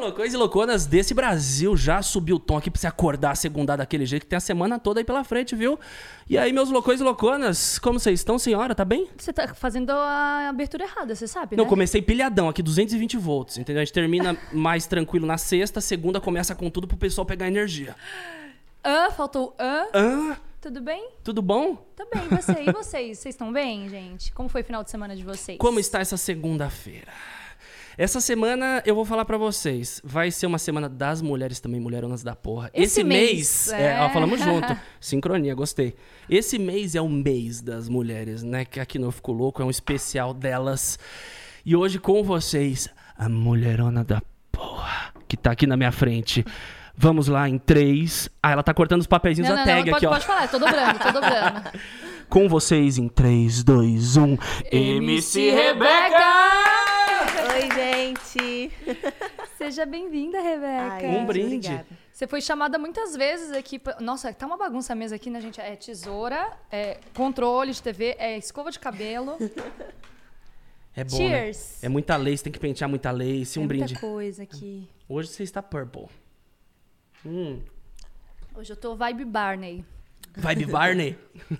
loucões e louconas desse Brasil, já subiu o tom aqui pra você acordar, segundar daquele jeito, que tem a semana toda aí pela frente, viu? E aí, meus loucões e louconas, como vocês estão, senhora? Tá bem? Você tá fazendo a abertura errada, você sabe, Não, né? comecei pilhadão aqui, 220 volts, entendeu? A gente termina mais tranquilo na sexta, segunda começa com tudo pro pessoal pegar energia. Faltou Ah, Tudo bem? tudo bom? Tô bem, e você? E vocês? Vocês estão bem, gente? Como foi o final de semana de vocês? Como está essa segunda-feira? Essa semana, eu vou falar pra vocês, vai ser uma semana das mulheres também, mulheronas da porra. Esse mês, ó, falamos junto, sincronia, gostei. Esse mês é o mês das mulheres, né, que aqui no Fico Louco é um especial delas. E hoje com vocês, a mulherona da porra, que tá aqui na minha frente. Vamos lá, em 3... Ah, ela tá cortando os papeizinhos da tag aqui, ó. Pode falar, tô dobrando. Com vocês em 3, 2, 1... MC Rebeca! Oi, gente! Seja bem-vinda, Rebeca. Ai, Um brinde. Obrigada. Você foi chamada muitas vezes aqui. Nossa, tá uma bagunça a mesa aqui, né, gente? É tesoura, é controle de TV, é escova de cabelo. É bom, Cheers. né? É muita lace, tem que pentear muita lace, um é brinde. muita coisa aqui. Hoje você está purple. Hoje eu tô vibe Barney. Vibe Barney?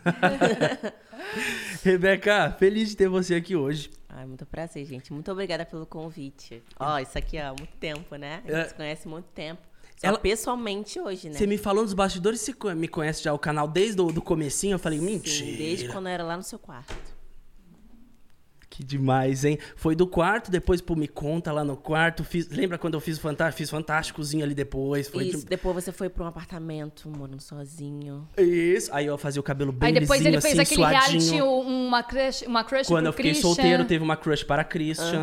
Rebeca, feliz de ter você aqui hoje. Ai, muito prazer, gente. Muito obrigada pelo convite. Ó, isso aqui há muito tempo, né? A gente se conhece há muito tempo. Só pessoalmente hoje, né? Você me falou nos bastidores, você me conhece já o canal desde o comecinho, eu falei, mentira. Sim, desde quando eu era lá no seu quarto. Que demais, hein? Foi do quarto, depois pro Me Conta lá no quarto. Lembra quando eu fiz o Fantástico? Fiz Fantásticozinho ali depois. Foi Isso, depois você foi pra um apartamento, morando sozinho. Isso. Aí eu fazia o cabelo bem Aí depois lisinho, ele fez assim, aquele reality, suadinho. uma crush Quando pro eu fiquei Christian. solteiro, teve uma crush para Christian.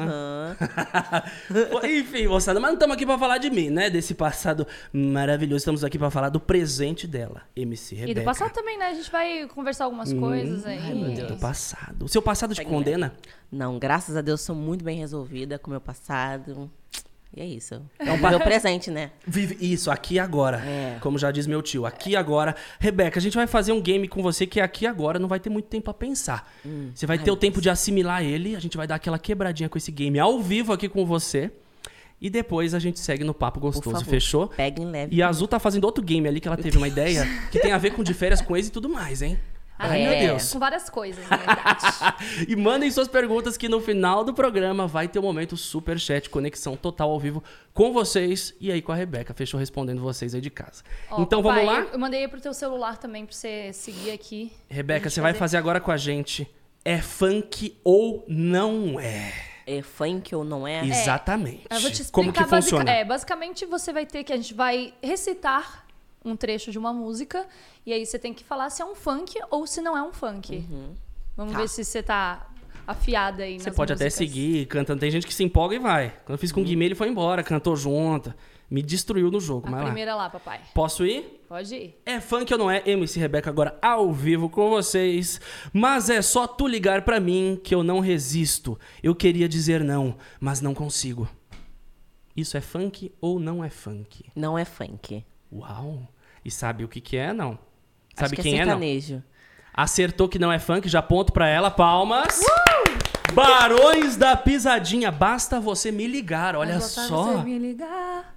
Enfim, moçada, mas não estamos aqui para falar de mim, né? Desse passado maravilhoso. Estamos aqui para falar do presente dela, MC Rebeca. E do passado também, né? A gente vai conversar algumas coisas aí. Ai, meu Deus. Do passado. O seu passado te condena? Não, graças a Deus, sou muito bem resolvida com o meu passado. E é isso. É um meu presente, né? Vive isso, aqui e agora. É. Como já diz meu tio, aqui e agora. Rebeca, a gente vai fazer um game com você que é aqui e agora, não vai ter muito tempo pra pensar. Você vai ter o tempo de assimilar ele, a gente vai dar aquela quebradinha com esse game ao vivo aqui com você. E depois a gente segue no papo Por gostoso, favor, fechou? peguem leve. E a Azul tá fazendo outro game ali que ela teve uma ideia que tem a ver com de férias com ex e tudo mais, hein? Ai, meu Deus. Com várias coisas, na verdade. E mandem suas perguntas que no final do programa vai ter um momento superchat, conexão total ao vivo com vocês e aí com a Rebeca. Fechou respondendo vocês aí de casa. Ó, Então papai, vamos lá? Eu mandei aí pro teu celular também pra você seguir aqui. Rebeca, você vai fazer agora com a gente. É funk ou não é? É funk ou não é? Exatamente. Eu vou te explicar. Como que funciona? Basicamente você vai ter que... A gente vai recitar um trecho de uma música e aí você tem que falar se é um funk ou se não é um funk. Vamos ver se você tá afiada aí nas Você pode até músicas. seguir cantando. Tem gente que se empolga e vai. Quando eu fiz com o Guimê, ele foi embora, cantou junto. Me destruiu no jogo, A mas lá. primeira lá, papai. Posso ir? Pode ir. É funk ou não é? MC Rebeca agora ao vivo com vocês. Mas é só tu ligar pra mim que eu não resisto. Eu queria dizer não, mas não consigo. Isso é funk ou não é funk? Não é funk. Uau! E sabe o que que é, não? Acho Sabe que quem é é, não? sertanejo. Acertou que não é funk, já ponto pra ela, palmas. Barões da Pisadinha, basta você me ligar, olha Mas botar só. Você me ligar.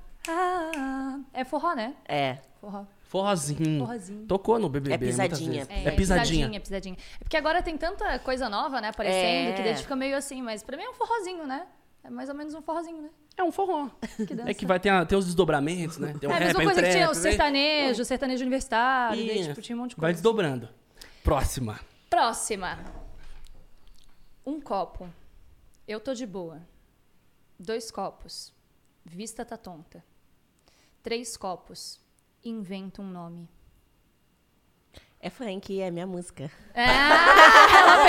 É forró, né? É. Forró. Forrozinho. Forrozinho. Tocou no BBB É pisadinha. muitas vezes. É pisadinha. pisadinha. É porque agora tem tanta coisa nova, né, aparecendo, É. que daí fica meio assim, mas pra mim é um forrozinho, né? É mais ou menos um forrozinho, né? É um forró. Que dança. É que vai ter os desdobramentos, né? Tem um É a rap, mesma aí um coisa que tinha o trap, né? sertanejo universitário, daí, Isso. tipo, tinha um monte de Vai coisa. desdobrando. Próxima. Próxima. Um copo. Eu tô de boa. 2 copos. Vista tá tonta. 3 copos. Inventa um nome. É funk, é minha música. Ela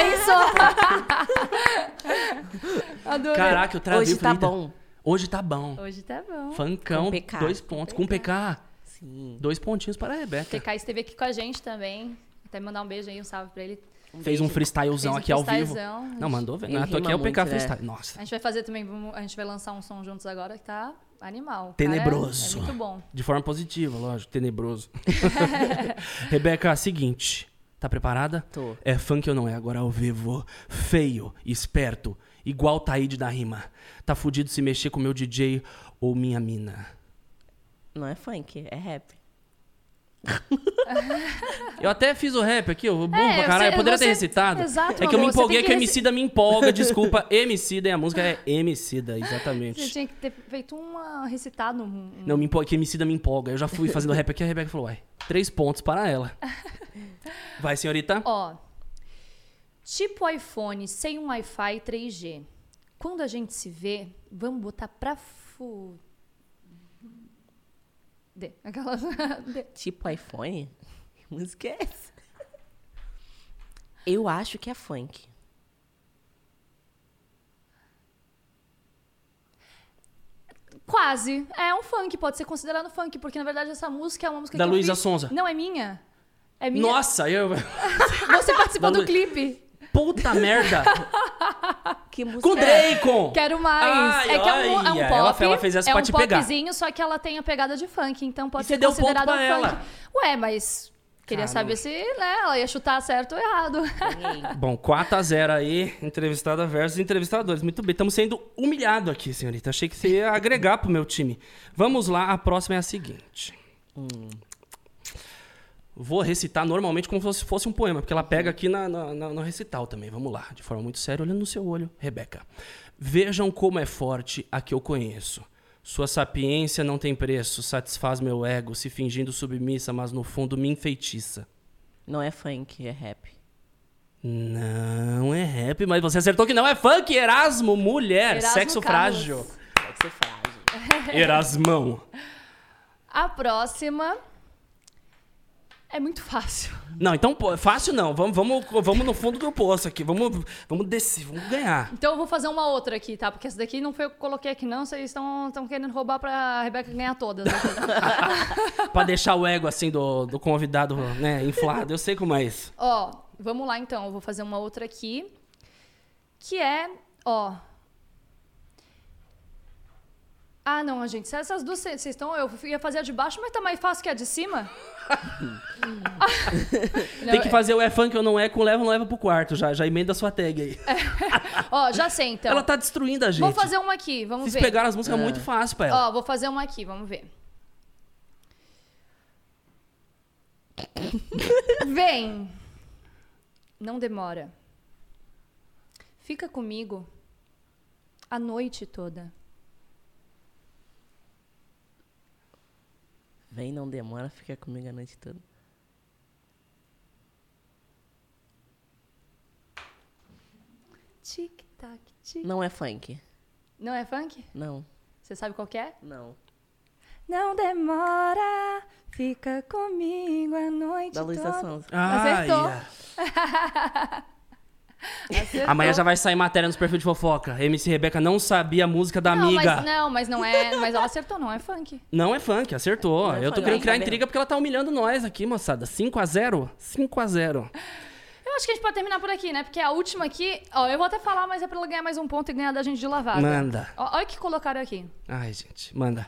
pensou. Adorei. Caraca, eu travei. Hoje eu falei, tá "Eita, bom." Hoje tá bom. Hoje tá bom. Funkão, Com PK. 2 pontos. Com PK. Sim. 2 pontinhos para a Rebeca. TK esteve aqui com a gente também. Até mandar um beijo aí, um salve pra ele. Fez um freestylezão Fez um aqui ao vivo. freestylezão. Não, mandou ver. Ele Não, tô aqui rima é o PK muito, né? freestyle. Nossa. A gente vai fazer também, a gente vai lançar um som juntos agora que tá animal. Tenebroso. Cara, é muito bom. De forma positiva, lógico. Tenebroso. Rebeca, seguinte. Tá preparada? Tô. É funk ou não é? Agora ao vivo. Feio, esperto, igual Taíde da rima. Tá fudido se mexer com o meu DJ ou Minha Mina? Não é funk, é rap. Eu até fiz o rap aqui, eu burro pra caralho. Eu poderia ter recitado. Exato, É que eu me amor, empolguei, você tem que o que Emicida me empolga. Desculpa, Emicida, e a música é Emicida, exatamente. Você tinha que ter feito recitado. Não, me empolga, que Emicida me empolga. Eu já fui fazendo rap aqui, a Rebeca falou, 3 pontos para ela. Vai, senhorita. Ó, tipo iPhone sem um Wi-Fi 3G. Quando a gente se vê, vamos botar pra Aquela... Tipo iPhone? Que música é essa? Eu acho que é funk. Quase. É um funk, pode ser considerado funk, porque na verdade essa música é uma música Da que eu Luísa fiz. Sonza. Não, é minha. É minha. Nossa, Você participou do clipe. Puta merda. Que música Com o Dracon. Quero mais. Ai, é que é um olha, pop. ela fez essa é pra um te pegar. popzinho, só que ela tem a pegada de funk, então pode E ser você deu ponto considerado pra um ela. funk. Ué, mas queria saber se ela ia chutar certo ou errado. Bom, 4-0 aí, entrevistada versus entrevistadores. Muito bem, estamos sendo humilhados aqui, senhorita. Achei que você ia agregar pro meu time. Vamos lá, a próxima é a seguinte. Vou recitar normalmente como se fosse um poema, porque ela pega aqui no recital também. Vamos lá, de forma muito séria, olhando no seu olho, Rebeca. Vejam como é forte a que eu conheço. Sua sapiência não tem preço, satisfaz meu ego, se fingindo submissa, mas no fundo me enfeitiça. Não é funk, é rap. Não é rap, mas você acertou que não é funk. Erasmo, mulher, Erasmo sexo Carlos. frágil. Sexo frágil. Erasmão. A próxima é muito fácil. Não, então, fácil não. Vamos no fundo do poço aqui. Vamos descer, vamos ganhar. Então eu vou fazer uma outra aqui, tá? Porque essa daqui não foi eu que coloquei aqui, não. Vocês estão querendo roubar pra Rebeca ganhar todas. Pra deixar o ego, assim, do convidado, né, inflado. Eu sei como é isso. Ó, vamos lá então. Eu vou fazer uma outra aqui. Que é, ó... Ah, não, gente. Essas duas, vocês estão... Eu ia fazer a de baixo, mas tá mais fácil que a de cima. Tem que fazer o é funk ou não é com leva ou não leva pro quarto. Já emenda a sua tag aí. Ó, já sei, então. Ela tá destruindo a gente. Vou fazer uma aqui, vamos Vocês ver. pegaram as músicas muito fácil pra ela. Ó, vou fazer uma aqui, vamos ver. Vem. Não demora. Fica comigo a noite toda. Vem, não demora, fica comigo a noite toda. Tic-tac, tic. Não é funk. Não é funk? Não. Você sabe qual que é? Não. Não demora, fica comigo a noite Da Luísa toda. Sonza. Acertou. Acertou. Amanhã já vai sair matéria nos perfis de fofoca. MC Rebeca não sabia a música da amiga. Mas não é. Mas ela acertou, não é funk. Não é funk, acertou. Não é Eu tô funk, querendo não, criar tá vendo? intriga porque ela tá humilhando nós aqui, moçada. 5-0? 5-0. Eu acho que a gente pode terminar por aqui, né? Porque a última aqui, ó, eu vou até falar, mas é pra ela ganhar mais um ponto e ganhar da gente de lavada. Manda. Ó, olha o que colocaram aqui. Ai, gente, manda.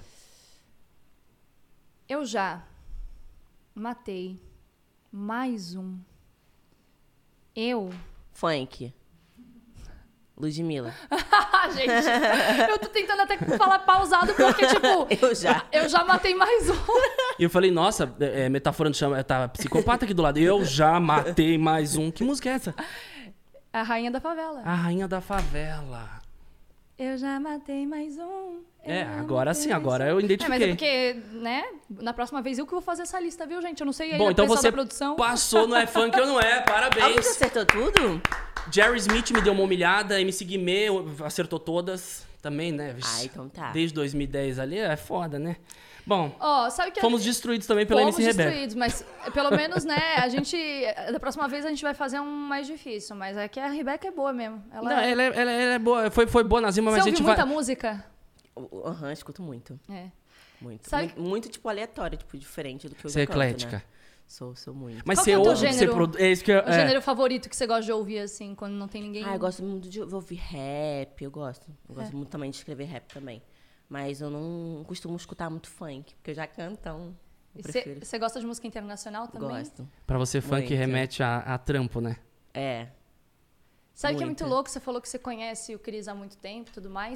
Eu já matei mais um. Eu. Funk. Ludmilla. Gente, eu tô tentando até falar pausado porque, tipo, eu já matei mais um. E eu falei, nossa, metaforando chama, tá psicopata aqui do lado. Eu já matei mais um. Que música é essa? A rainha da favela. A Rainha da Favela. Eu já matei mais um. Agora sim, agora eu Mas identifiquei. é porque, né? Na próxima vez eu que vou fazer essa lista, viu, gente? Eu não sei aí Bom, a então pessoal você da produção. passou no É Funk ou não é? Alguém Parabéns. acertou tudo? Jerry Smith me deu uma humilhada, MC Guimê acertou todas também, né? Vixe, Ah, então tá. Desde 2010 ali é foda, né? Bom, Ó, sabe que fomos destruídos também pela MC Rebeca. destruídos, mas pelo menos, né, a gente... Da próxima vez a gente vai fazer um mais difícil, mas é que a Rebeca é boa mesmo. Não, ela é boa, foi boa nas rimas, Você mas a ouviu gente muita vai... música? Aham, escuto muito. É. Muito. Sabe- Muito, tipo, aleatório, tipo, diferente do que eu Você é já canto, eclética. né? Sou muito. Mas Qual você que é o teu ouve, você gênero? é isso que eu... O gênero favorito que você gosta de ouvir, assim, quando não tem ninguém... Ah, eu gosto muito de ouvir rap, eu gosto. Eu gosto muito também de escrever rap também. Mas eu não costumo escutar muito funk, porque eu já canto, então eu prefiro. Você gosta de música internacional também? Gosto. Pra você, funk Muito. remete a trampo, né? É. Sabe que é muito Muito. louco? Você falou que você conhece o Cris há muito tempo e tudo mais.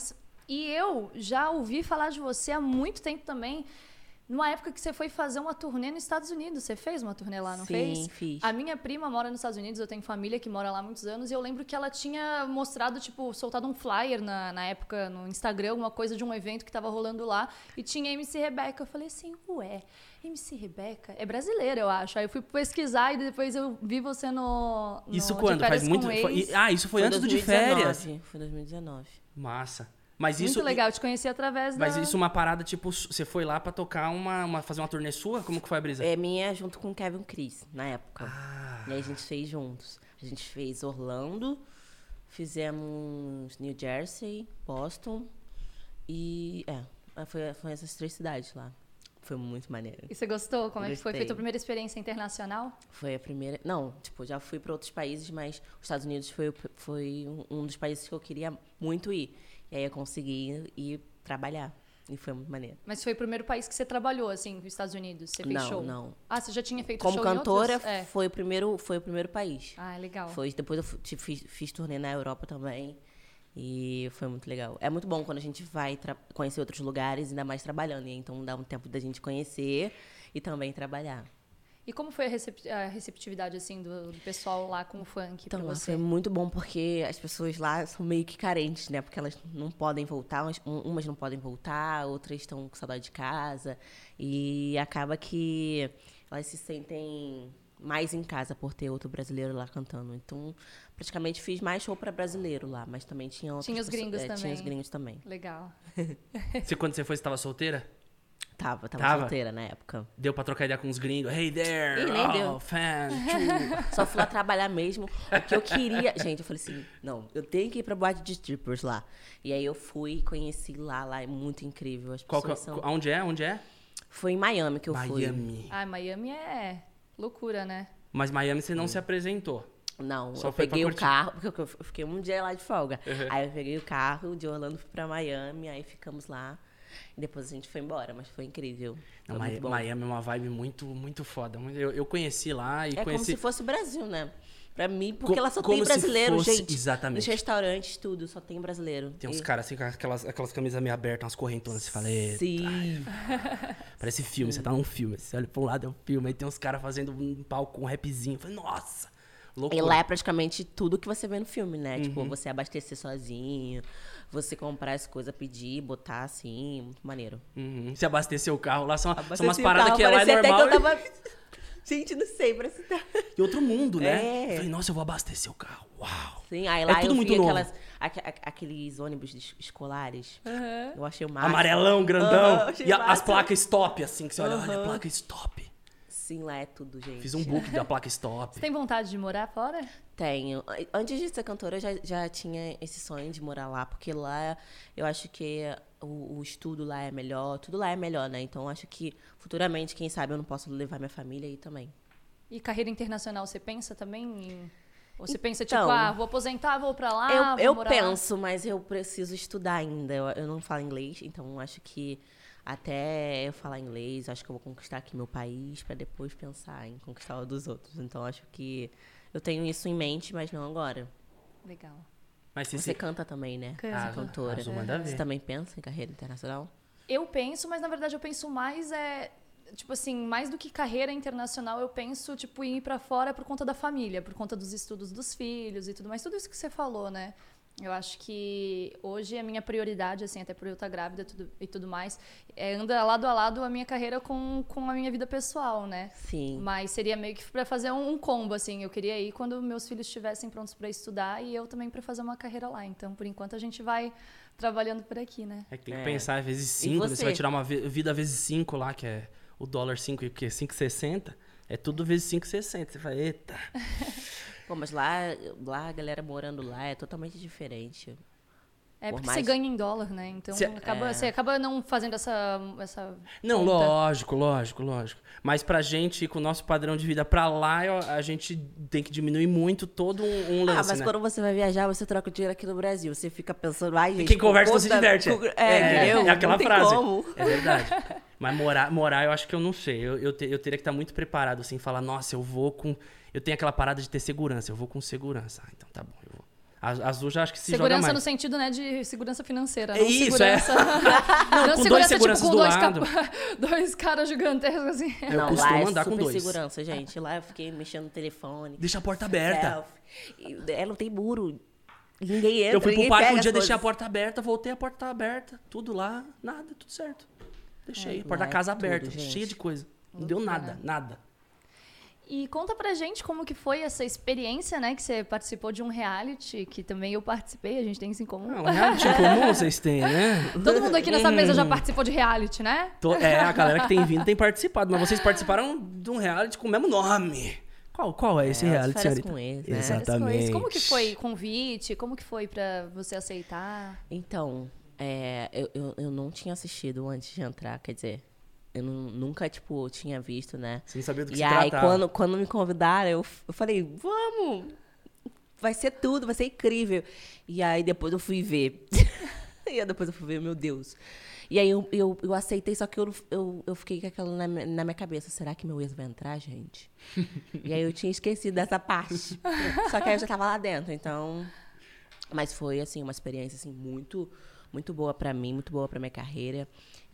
E eu já ouvi falar de você há muito tempo também, numa época que você foi fazer uma turnê nos Estados Unidos. Você fez uma turnê lá, não fez? Sim, fiz. A minha prima mora nos Estados Unidos, eu tenho família que mora lá há muitos anos, e eu lembro que ela tinha mostrado, tipo, soltado um flyer na época no Instagram, uma coisa de um evento que tava rolando lá, e tinha MC Rebeca. Eu falei assim, ué, MC Rebeca é brasileira, eu acho. Aí eu fui pesquisar e depois eu vi você no Isso De quando? Férias Faz muito... com Ex. isso foi antes do De 2019, Férias? Foi 2019. Massa. Mas Muito isso... legal, eu te conheci através Mas da... isso é uma parada, tipo, você foi lá pra tocar fazer uma turnê sua? Como que foi a brisa? É minha junto com o Kevin Chris, na época. Ah. E aí a gente fez juntos. A gente fez Orlando, fizemos New Jersey, Boston e... foi essas 3 cidades lá. Foi muito maneiro. E você gostou? Como é que foi? Gostei. Foi tua primeira experiência internacional? Foi a primeira... Não, tipo, já fui para outros países, mas os Estados Unidos foi um dos países que eu queria muito ir. E aí eu consegui ir trabalhar. E foi muito maneiro. Mas foi o primeiro país que você trabalhou, assim, nos Estados Unidos? Você fez show? Não. Ah, você já tinha feito Como show cantora, em outros? foi o primeiro país. Ah, legal. Depois eu fiz turnê na Europa também. E foi muito legal. É muito bom quando a gente vai conhecer outros lugares, ainda mais trabalhando. E então dá um tempo da gente conhecer e também trabalhar. E como foi a receptividade, assim, do pessoal lá com o funk Então, pra lá você? foi muito bom porque as pessoas lá são meio que carentes, né? Porque elas não podem voltar, umas não podem voltar, outras estão com saudade de casa. E acaba que elas se sentem mais em casa por ter outro brasileiro lá cantando. Então, praticamente fiz mais show para brasileiro lá, mas também tinha outras Tinha os gringos também. Tinha os gringos também. Legal. Quando você foi, você tava solteira? Tava Tava? solteira na época. Deu pra trocar ideia com os gringos. Hey there! Ih, nem deu. Fan! Só fui lá trabalhar mesmo. O que eu queria... Gente, eu falei assim, não, eu tenho que ir pra boate de strippers lá. E aí eu fui, conheci lá é muito incrível. As pessoas são... Onde é? Foi em Miami que eu fui. Miami. Ah, Miami é loucura, né? Mas Miami você não se apresentou. Não, Só eu foi pra peguei o curtir. carro, porque eu fiquei um dia lá de folga. Uhum. Aí eu peguei o carro de Orlando, fui pra Miami, aí ficamos lá. E depois a gente foi embora, mas foi incrível. Foi muito bom. Miami é uma vibe muito, muito foda. Eu conheci lá e É conheci... como se fosse o Brasil, né? Pra mim, porque lá só como tem se brasileiro, fosse- gente. exatamente. Nos restaurantes, tudo, só tem brasileiro. Tem uns caras assim com aquelas camisas meio abertas, umas correntonas. Você fala, "Eita, Sim. parece filme, você tá num filme. Você olha pra um lado, é um filme. Aí tem uns caras fazendo um palco com um rapzinho. Eu falei, nossa, loucura. E lá é praticamente tudo que você vê no filme, né? Tipo, Uhum. você abastecer sozinho, você comprar as coisas, pedir, botar assim, muito maneiro. Uhum. Se abastecer o carro lá, são umas Abasteci o paradas carro, que é lá é parecia normal. até que eu tava... Gente, não sei, parece que tá... E outro mundo, né? É. Eu falei, nossa, eu vou abastecer o carro. Uau. Sim, aí lá tudo eu muito vi novo. aqueles ônibus escolares. Eu achei o máximo. Amarelão, grandão. achei E as máximo. placas stop, assim, que você olha, olha, placa stop. Sim, lá é tudo, gente. Fiz um book da placa stop. Você tem vontade de morar fora? Tenho. Antes de ser cantora, eu já tinha esse sonho de morar lá, porque lá eu acho que o estudo lá é melhor, tudo lá é melhor, né? Então, eu acho que futuramente, quem sabe, eu não posso levar minha família aí também. E carreira internacional, você pensa também em... Ou você pensa, tipo, Então, vou aposentar, vou pra lá, vou Eu morar lá? penso, mas eu preciso estudar ainda. Eu não falo inglês, então acho que até eu falar inglês, acho que eu vou conquistar aqui meu país para depois pensar em conquistar o dos outros. Então acho que eu tenho isso em mente, mas não agora. Legal. Mas Você canta também, né? Canto. Você é cantora. Azul manda ver. Você também pensa em carreira internacional? Eu penso, mas na verdade eu penso mais tipo assim, mais do que carreira internacional, eu penso tipo em ir pra fora por conta da família, por conta dos estudos dos filhos e tudo mais, tudo isso que você falou, né? Eu acho que hoje a minha prioridade, assim, até por eu estar grávida e tudo mais, anda lado a lado a minha carreira com a minha vida pessoal, né? Sim. Mas seria meio que pra fazer um combo, assim. Eu queria ir quando meus filhos estivessem prontos pra estudar e eu também pra fazer uma carreira lá. Então, por enquanto, a gente vai trabalhando por aqui, né? É que tem que pensar vezes 5, você? você vai tirar uma vida vezes 5 lá, que é o dólar 5, que é 5,60. É tudo vezes 5,60. Você fala, eita. Pô, mas lá a galera morando lá é totalmente diferente. É Por porque mais- você ganha em dólar, né? Então você acaba não fazendo essa Não, conta. lógico. Mas pra gente ir com o nosso padrão de vida pra lá, a gente tem que diminuir muito todo um lance, mas né? quando você vai viajar, você troca o dinheiro aqui no Brasil. Você fica pensando, ai, gente... Quem conversa não por se conta- diverte. entendeu? É aquela Não tem frase. como. É verdade. Mas morar, eu acho que eu não sei. Eu teria que estar muito preparado, assim, falar, nossa, eu tenho aquela parada de ter segurança, eu vou com segurança. Ah, então tá bom, eu vou. A Azul já acho que se joga Segurança mais. no sentido, né, de segurança financeira. É Não isso, segurança... Não, com dois seguranças tipo, do com lado. dois caras gigantescos, assim. Eu Não, costumo lá é andar com super dois. segurança, gente. Lá eu fiquei mexendo no telefone. Deixa a porta aberta. Selfie. E ela não tem muro. Ninguém entra, Eu fui pro ninguém parque pega um dia, as deixei a coisas. porta aberta, voltei, a porta tá aberta. Tudo lá, nada, tudo certo. Deixei, a porta da lá é casa tudo, aberta, gente. cheia de coisa. Não deu nada, nada. E conta pra gente como que foi essa experiência, né? Que você participou de um reality, que também eu participei, a gente tem isso em comum. Um reality em comum vocês têm, né? Todo mundo aqui nessa mesa já participou de reality, né? A galera que tem vindo tem participado, mas vocês participaram de um reality com o mesmo nome. Qual é esse reality, Férias senhorita? com eles, né? Exatamente. Como que foi o convite? Como que foi pra você aceitar? Então, eu não tinha assistido antes de entrar, quer dizer, eu nunca, tipo, tinha visto, né? Você não sabia do que E se aí, tratava. quando me convidaram, eu falei, vamos! Vai ser tudo, vai ser incrível. E aí, depois eu fui ver. E aí, depois eu fui ver, meu Deus. E aí, eu aceitei, só que eu fiquei com aquilo na minha cabeça. Será que meu ex vai entrar, gente? E aí, eu tinha esquecido dessa parte. Só que aí, eu já tava lá dentro, então... Mas foi, assim, uma experiência, assim, muito, muito boa pra mim, muito boa pra minha carreira.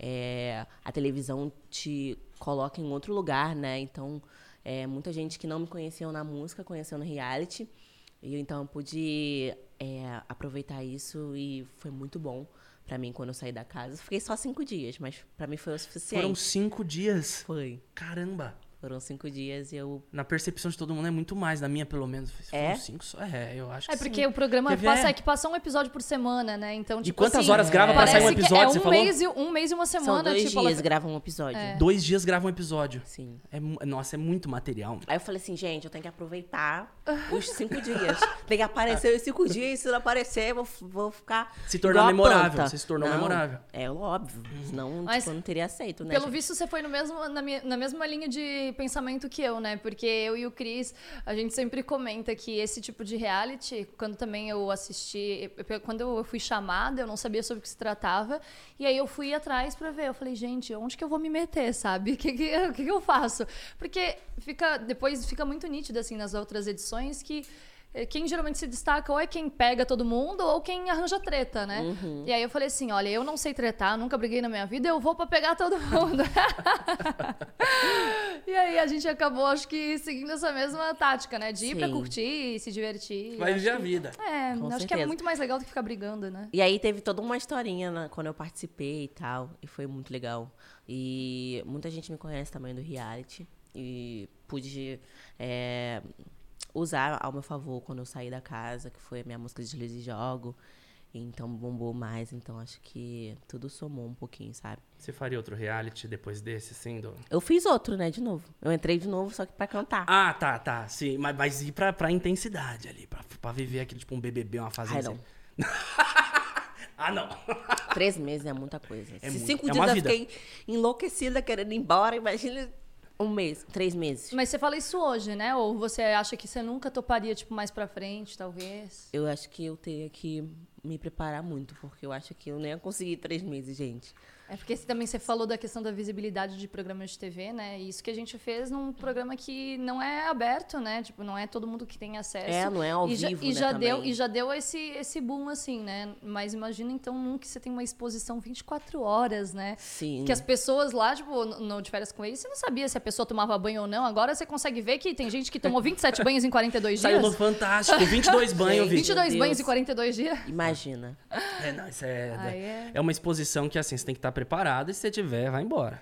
A televisão te coloca em outro lugar, né? Então, muita gente que não me conheceu na música, conheceu no reality. E então, eu pude aproveitar isso e foi muito bom pra mim quando eu saí da casa. Fiquei só 5 dias, mas pra mim foi o suficiente. Foram 5 dias. Foi. Caramba. Foram 5 dias e eu... Na percepção de todo mundo é muito mais, na minha pelo menos. Foram É? 5 só. Eu acho que É porque sim. o programa Quer ver? passa um episódio por semana, né? Então, E tipo quantas assim, horas grava pra sair um parece que episódio, você um falou? um mês e uma São semana. 2 tipo, dias ela... gravam um episódio. 2 dias grava um episódio. Sim. Nossa, é muito material. Aí eu falei assim, gente, eu tenho que aproveitar os 5 dias. Tem que aparecer os 5 dias, e se não aparecer, eu vou ficar Se tornar igual a memorável, planta. você se tornou Não, memorável. É óbvio, senão Mas, tipo, eu não teria aceito, né? Pelo gente? visto, você foi na mesma linha de pensamento que eu, né? Porque eu e o Cris, a gente sempre comenta que esse tipo de reality, quando também eu assisti, quando eu fui chamada, eu não sabia sobre o que se tratava, e aí eu fui atrás pra ver. Eu falei, gente, onde que eu vou me meter, sabe? O que eu faço? Porque depois fica muito nítido, assim, nas outras edições, que quem geralmente se destaca ou é quem pega todo mundo ou quem arranja treta, né? Uhum. E aí eu falei assim, olha, eu não sei tretar, nunca briguei na minha vida, eu vou pra pegar todo mundo. E aí a gente acabou, acho que, seguindo essa mesma tática, né? De ir pra Sim. curtir, se divertir. Vai Acho viver a que- vida. Com acho que é certeza. muito mais legal do que ficar brigando, né? E aí teve toda uma historinha quando eu participei e tal, e foi muito legal. E muita gente me conhece também do reality, e pude usar ao meu favor quando eu saí da casa, que foi a minha música de Deslize e Jogo. Então bombou mais, então acho que tudo somou um pouquinho, sabe? Você faria outro reality depois desse, assim? Eu fiz outro, né, de novo. Eu entrei de novo, só que pra cantar. Ah, tá. Sim, mas ir pra intensidade ali, pra viver aquele, tipo, um BBB, uma fase Ai, assim. não. Ah, não. 3 meses é muita coisa. Se muito. 5 É dias uma eu vida. fiquei enlouquecida querendo ir embora, imagina 1 mês, 3 meses. Mas você fala isso hoje, né? Ou você acha que você nunca toparia, tipo, mais pra frente, talvez? Eu acho que eu teria que me preparar muito, porque eu acho que eu nem ia conseguir 3 meses, gente. É porque também você falou da questão da visibilidade de programas de TV, né? E isso que a gente fez num programa que não é aberto, né? Tipo, não é todo mundo que tem acesso. Não é ao e vivo, e né, já também. deu E já deu esse boom, assim, né? Mas imagina, então, num que você tem uma exposição 24 horas, né? Sim. Que as pessoas lá, tipo, no de férias com eles, você não sabia se a pessoa tomava banho ou não. Agora você consegue ver que tem gente que tomou 27 banhos em 42 Saiu no dias. Fantástico, 22 banhos, eu vi. 22 Meu banhos Deus. em 42 dias. Imagina. Não, isso Aí é uma exposição que, assim, você tem que estar preparado e se você tiver, vai embora.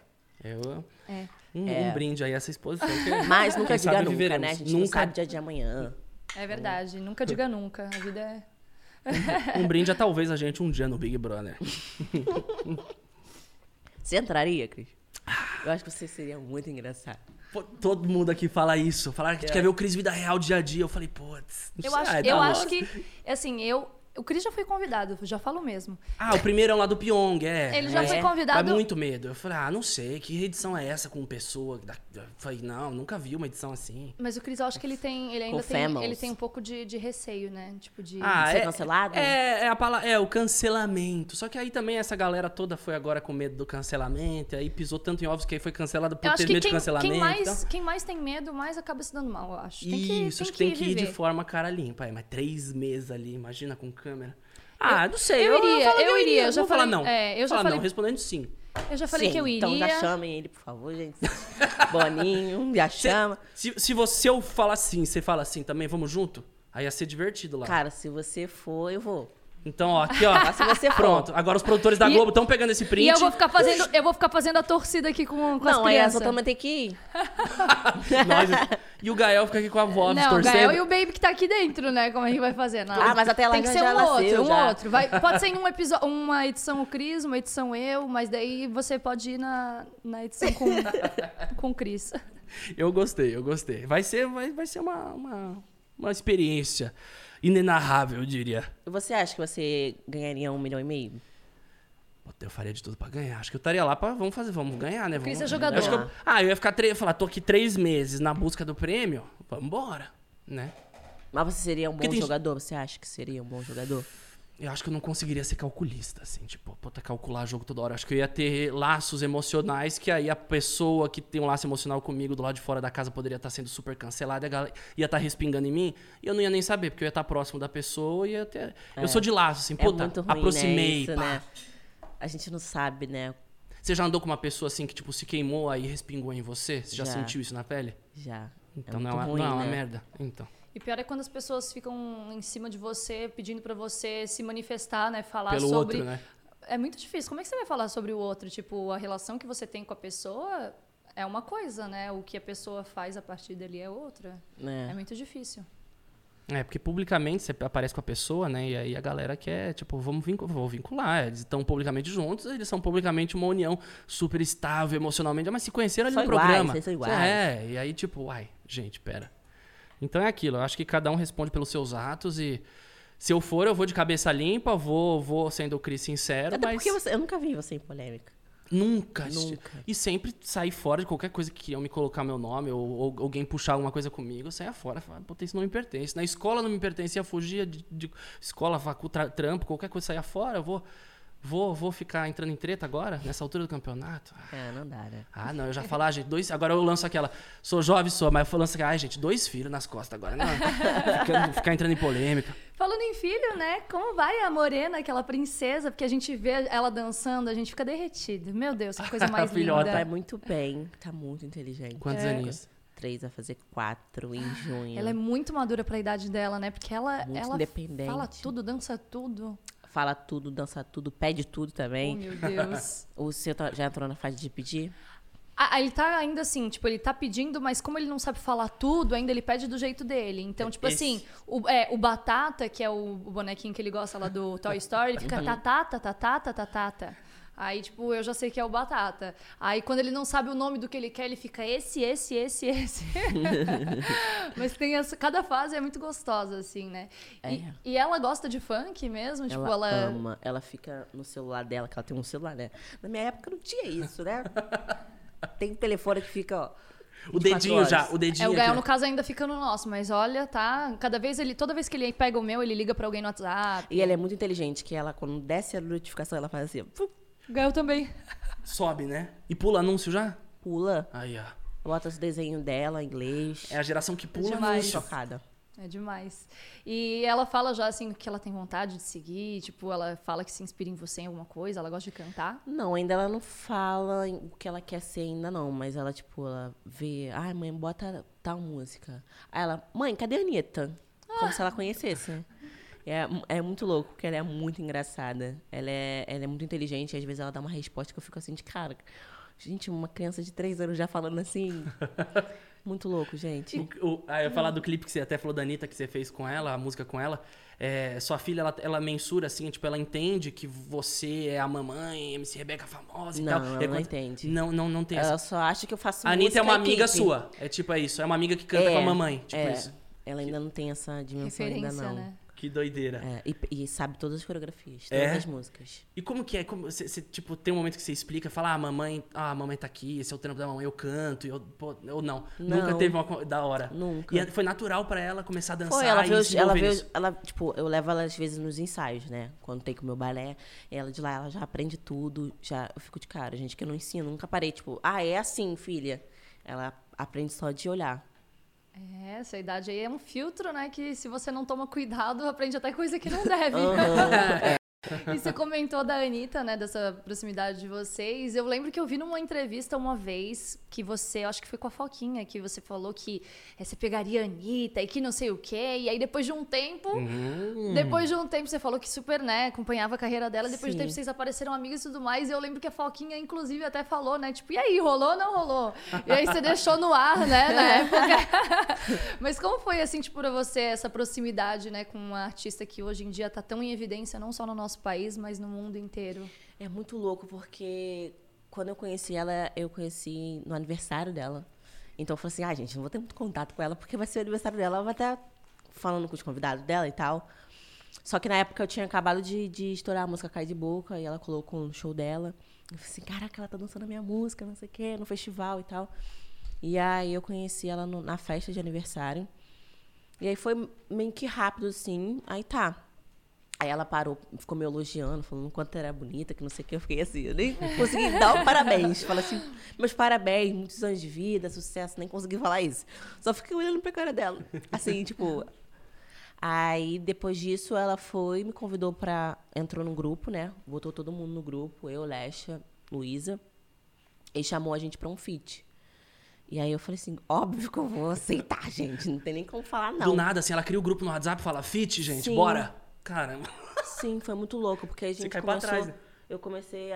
Um brinde aí a essa exposição. que- Mas nunca quem diga sabe nunca, viveremos. né? A gente não sabe dia de amanhã. É verdade. Nunca diga nunca. A vida é... Um brinde a talvez a gente um dia no Big Brother. Você entraria, Cris? Eu acho que você seria muito engraçado. Pô, todo mundo aqui fala isso. Falaram que quer ver o Cris vida real dia a dia. Eu falei, putz, não Eu sei, acho, ai, eu tá acho bom. que, assim, O Cris já foi convidado, já falo mesmo. Ah, o primeirão lá do Pyong, Ele já foi convidado. Dá muito medo. Eu falei, não sei, que edição é essa com pessoa? Eu falei, não, nunca vi uma edição assim. Mas o Cris, eu acho que ele ainda tem um pouco de receio, né? Tipo, de ser cancelado? O cancelamento. Só que aí também essa galera toda foi agora com medo do cancelamento, aí pisou tanto em ovos que aí foi cancelado por ter medo de cancelamento. Quem mais tem medo, mais acaba se dando mal, eu acho. Acho que tem que ir de forma cara limpa. Mas 3 meses ali, imagina com câmera. Não sei. Eu iria. Eu já falei não. Eu já falei não, respondendo sim. Eu já falei que eu iria. Então já chamem ele, por favor, gente. Boninho, já chama. Se eu falar assim, você fala assim também, vamos junto? Aí ia ser divertido lá. Cara, se você for, eu vou. Então, ó, aqui, ó. Se você for. Pronto. Agora os produtores da Globo estão pegando esse print. E eu vou ficar fazendo a torcida aqui com as crianças. Não, aí a outra também tem que ir. E o Gael fica aqui com a voz torcendo. O Gael e o Baby que tá aqui dentro, né? Como é que vai fazer? Não. Mas até lá tem que ser já nasceu, um outro. Pode ser em uma edição o Cris, uma edição eu, mas daí você pode ir na edição com o Cris. Eu gostei. Vai ser uma experiência inenarrável, eu diria. Você acha que você ganharia 1,5 milhão? Eu faria de tudo pra ganhar. Acho que eu estaria lá pra... Vamos ganhar, né? Porque você é jogador. Eu ia ficar... falar, tô aqui 3 meses na busca do prêmio. Vambora, né? Mas você seria um bom jogador? Você acha que seria um bom jogador? Eu acho que eu não conseguiria ser calculista, assim. Tipo, calcular jogo toda hora. Eu acho que eu ia ter laços emocionais que aí a pessoa que tem um laço emocional comigo do lado de fora da casa poderia estar sendo super cancelada. A galera ia estar respingando em mim e eu não ia nem saber, porque eu ia estar próximo da pessoa e ia ter... Eu sou de laço, assim. Muito ruim, aproximei, né? Isso, né? A gente não sabe, né? Você já andou com uma pessoa assim que, tipo, se queimou aí respingou em você? Você já sentiu isso na pele? Já. Então não é uma merda. Então. E pior é quando as pessoas ficam em cima de você, pedindo pra você se manifestar, né? Falar pelo sobre... outro, né? É muito difícil. Como é que você vai falar sobre o outro? Tipo, a relação que você tem com a pessoa é uma coisa, né? O que a pessoa faz a partir dali é outra. É muito difícil. Porque publicamente você aparece com a pessoa, né? E aí a galera quer, tipo, vou vincular. Eles estão publicamente juntos, eles são publicamente uma união super estável emocionalmente. Mas se conheceram ali no programa. Vocês são iguais. E aí, tipo, gente, pera. Então é aquilo, eu acho que cada um responde pelos seus atos e... Se eu for, eu vou de cabeça limpa, vou sendo o Cris sincero, Até mas... porque eu nunca vi você em polêmica. Nunca. E sempre sair fora de qualquer coisa que iam me colocar meu nome ou alguém puxar alguma coisa comigo, eu saia fora. Falava, puta, isso não me pertence. Na escola não me pertencia, fugia de escola, trampo, qualquer coisa, saia fora. Eu vou ficar entrando em treta agora, nessa altura do campeonato? Não dá, né? Não, eu já falo, gente, agora eu lanço aquela, sou jovem, mas eu lanço aquela, gente, 2 filhos nas costas agora. Não, ficar entrando em polêmica. Falando em filho, né? Como vai a Morena, aquela princesa? Porque a gente vê ela dançando, a gente fica derretido. Meu Deus, que coisa mais linda. Vai muito bem, tá muito inteligente. Quantos aninhos? 3, vai fazer 4 em junho. Ela é muito madura pra idade dela, né? Porque ela independente. Fala tudo, dança tudo. Fala tudo, dança tudo, pede tudo também. Oh, meu Deus. O seu já entrou na fase de pedir? Ele tá ainda assim, tipo, ele tá pedindo, mas como ele não sabe falar tudo, ainda ele pede do jeito dele. Então, tipo assim, o Batata, que é o bonequinho que ele gosta lá do Toy Story, ele fica tatata. Aí, tipo, eu já sei que é o Batata. Aí, quando ele não sabe o nome do que ele quer, ele fica esse. Mas tem cada fase é muito gostosa, assim, né? E ela gosta de funk mesmo? Tipo, ela ama. Ela fica no celular dela, que ela tem um celular, né? Na minha época não tinha isso, né? Tem um telefone que fica, ó... O dedinho já, o dedinho. O Gael, no caso, ainda fica no nosso, mas olha, tá... Toda vez que ele pega o meu, ele liga pra alguém no WhatsApp. E ela é muito inteligente, que ela, quando desce a notificação, ela faz assim... O Gael também. Sobe, né? E pula anúncio já? Pula. Aí, ó. Bota os desenhos dela em inglês. É a geração que pula anúncio. Chocada. É demais. E ela fala já, assim, que ela tem vontade de seguir, tipo, ela fala que se inspira em você em alguma coisa, ela gosta de cantar? Não, ainda ela não fala o que ela quer ser ainda não, mas ela, tipo, ela vê, mãe, bota tal música. Aí ela, mãe, cadê a Anitta? Como se ela conhecesse. É muito louco, porque ela é muito engraçada. Ela é muito inteligente, e às vezes ela dá uma resposta que eu fico assim de cara. Gente, uma criança de 3 anos já falando assim... Muito louco, gente. Eu ia falar do clipe que você até falou da Anitta, que você fez com ela, a música com ela. Sua filha, ela mensura, assim, tipo, ela entende que você é a mamãe, MC Rebeca famosa e tal. Não, ela não entende. Não tem ela só acha que eu faço música. A Anitta é uma amiga clipe. sua. É tipo isso. É uma amiga que canta com a mamãe. Tipo isso. Ela ainda não tem essa dimensão referência, ainda não. Né? Que doideira. E sabe todas as coreografias, todas as músicas. E como que é? Você, tipo, tem um momento que você explica, fala, a mamãe tá aqui, esse é o trampo da mamãe, eu canto, ou não? Nunca teve uma da hora? Nunca. E foi natural pra ela começar a dançar Foi, ela veio, isso? tipo, eu levo ela às vezes nos ensaios, né? Quando tem com o meu balé, ela de lá, ela já aprende tudo, eu fico de cara, gente, que eu não ensino, nunca parei, tipo, é assim, filha. Ela aprende só de olhar. Essa idade aí é um filtro, né? Que se você não toma cuidado, aprende até coisa que não deve. E você comentou da Anitta, né? Dessa proximidade de vocês. Eu lembro que eu vi numa entrevista uma vez que eu acho que foi com a Foquinha, que você falou que você pegaria a Anitta e que não sei o quê. E aí depois de um tempo você falou que super, né, acompanhava a carreira dela. Depois de um tempo vocês apareceram amigos e tudo mais. E eu lembro que a Foquinha, inclusive, até falou, né? Tipo, e aí, rolou ou não rolou? E aí você deixou no ar, né, na época. Mas como foi, assim, tipo, pra você essa proximidade, né, com uma artista que hoje em dia tá tão em evidência, não só no nosso país, mas no mundo inteiro? É muito louco, porque quando eu conheci ela, eu conheci no aniversário dela. Então eu falei assim, gente, não vou ter muito contato com ela, porque vai ser o aniversário dela. Ela vai estar falando com os convidados dela e tal. Só que na época eu tinha acabado de estourar a música Cai de Boca, e ela colocou no show dela. Eu falei assim, caraca, ela tá dançando a minha música, não sei o quê, no festival e tal. E aí eu conheci ela na festa de aniversário. E aí foi meio que rápido, assim. Aí tá. Aí ela parou, ficou me elogiando, falando o quanto era bonita, que não sei o que. Eu fiquei assim, eu nem consegui dar um parabéns. Falei assim, meus parabéns, muitos anos de vida, sucesso, nem consegui falar isso. Só fiquei olhando pra cara dela. Assim, tipo... Aí, depois disso, ela foi, me convidou entrou num grupo, né? Botou todo mundo no grupo, eu, Lesha, Luísa. E chamou a gente pra um feat. E aí eu falei assim, óbvio que eu vou aceitar, gente. Não tem nem como falar, não. Do nada, assim, ela cria o grupo no WhatsApp e fala, feat, gente, Sim. bora. Caramba. Sim, foi muito louco, porque a gente cai começou... pra trás, né? Eu comecei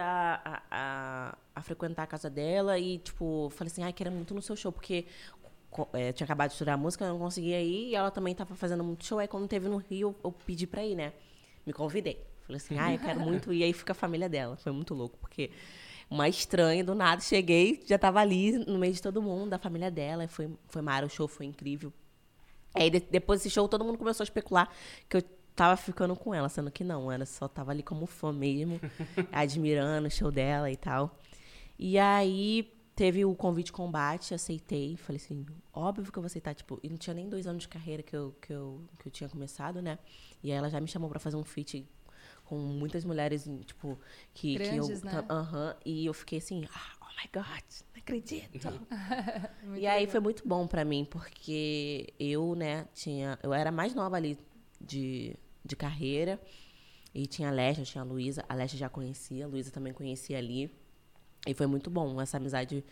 a frequentar a casa dela e, tipo, falei assim, quero muito no seu show, porque eu tinha acabado de estudar música, eu não conseguia ir, e ela também tava fazendo muito show. Aí quando teve no Rio, eu pedi pra ir, né? Me convidei. Falei assim, eu quero muito ir. E aí fica a família dela. Foi muito louco, porque uma estranha, do nada, cheguei, já tava ali no meio de todo mundo, da família dela. Foi mara, o show foi incrível. Aí depois desse show, todo mundo começou a especular que eu tava ficando com ela, sendo que não, ela só tava ali como fã mesmo, admirando o show dela e tal. E aí teve o convite combate, aceitei, falei assim, óbvio que eu vou aceitar, tipo, e não tinha nem 2 anos de carreira que eu tinha começado, né? E aí ela já me chamou pra fazer um feat com muitas mulheres, tipo, grandes, que eu... né? E eu fiquei assim, oh my God, não acredito. E aí foi muito bom pra mim, porque eu, né, eu era mais nova ali de carreira, e tinha a Lesha, tinha a Luísa, a Lesha já conhecia, a Luísa também conhecia ali, e foi muito bom, essa amizade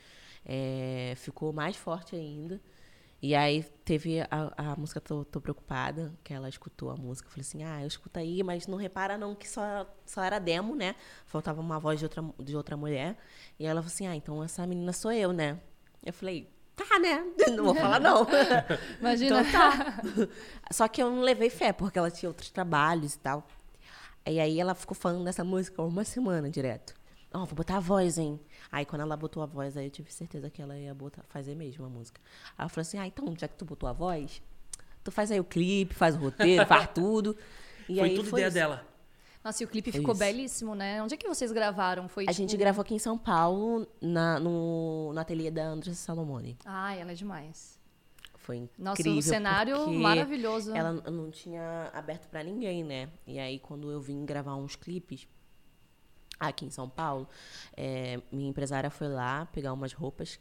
ficou mais forte ainda. E aí teve a música Tô Preocupada, que ela escutou a música. Eu falei assim, eu escuto aí, mas não repara não que só era demo, né? Faltava uma voz de outra mulher. E ela falou assim, então essa menina sou eu, né? Eu falei, tá, né? Não vou falar não. Imagina. Então tá. Só que eu não levei fé, porque ela tinha outros trabalhos e tal. E aí ela ficou falando dessa música 1 semana direto. Vou botar a voz, hein? Aí, quando ela botou a voz, aí eu tive certeza que ela ia fazer mesmo a música. Aí eu falei assim, então, já que tu botou a voz, tu faz aí o clipe, faz o roteiro, faz tudo. E foi aí tudo ideia isso. Dela. Nossa, e o clipe ficou belíssimo, né? Onde é que vocês gravaram? Foi, a gente gravou aqui em São Paulo, no ateliê da Andressa Salomone. Ela é demais. Foi incrível. Nossa, um cenário maravilhoso. Ela não tinha aberto pra ninguém, né? E aí, quando eu vim gravar uns clipes aqui em São Paulo, minha empresária foi lá pegar umas roupas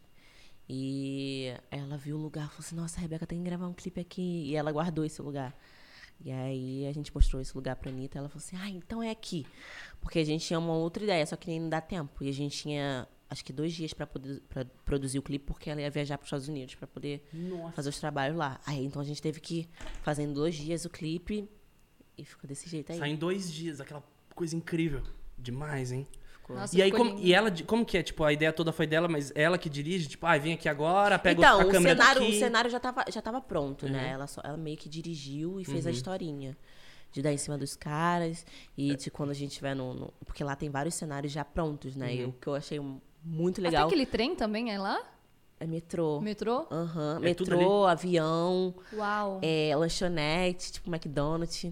e ela viu o lugar, falou assim, nossa, a Rebeca tem que gravar um clipe aqui, e ela guardou esse lugar. E aí a gente mostrou esse lugar pra Anitta, ela falou assim, então é aqui, porque a gente tinha uma outra ideia, só que nem não dá tempo, e a gente tinha acho que 2 dias pra produzir o clipe, porque ela ia viajar pros Estados Unidos pra poder fazer os trabalhos lá. Aí então a gente teve que fazer em 2 dias o clipe e ficou desse jeito aí. Sai em 2 dias, aquela coisa incrível. Demais, hein? Nossa, e aí, como que é? Tipo, a ideia toda foi dela, mas ela que dirige? Tipo, vem aqui agora, pega a câmera daqui. O cenário já tava pronto, né? Ela meio que dirigiu e fez a historinha. De dar em cima dos caras e de quando a gente estiver porque lá tem vários cenários já prontos, né? E o que eu achei muito legal... Mas tem aquele trem também, lá? É metrô. Metrô? Aham. É tudo Metrô, avião, Uau. lanchonete, tipo McDonald's.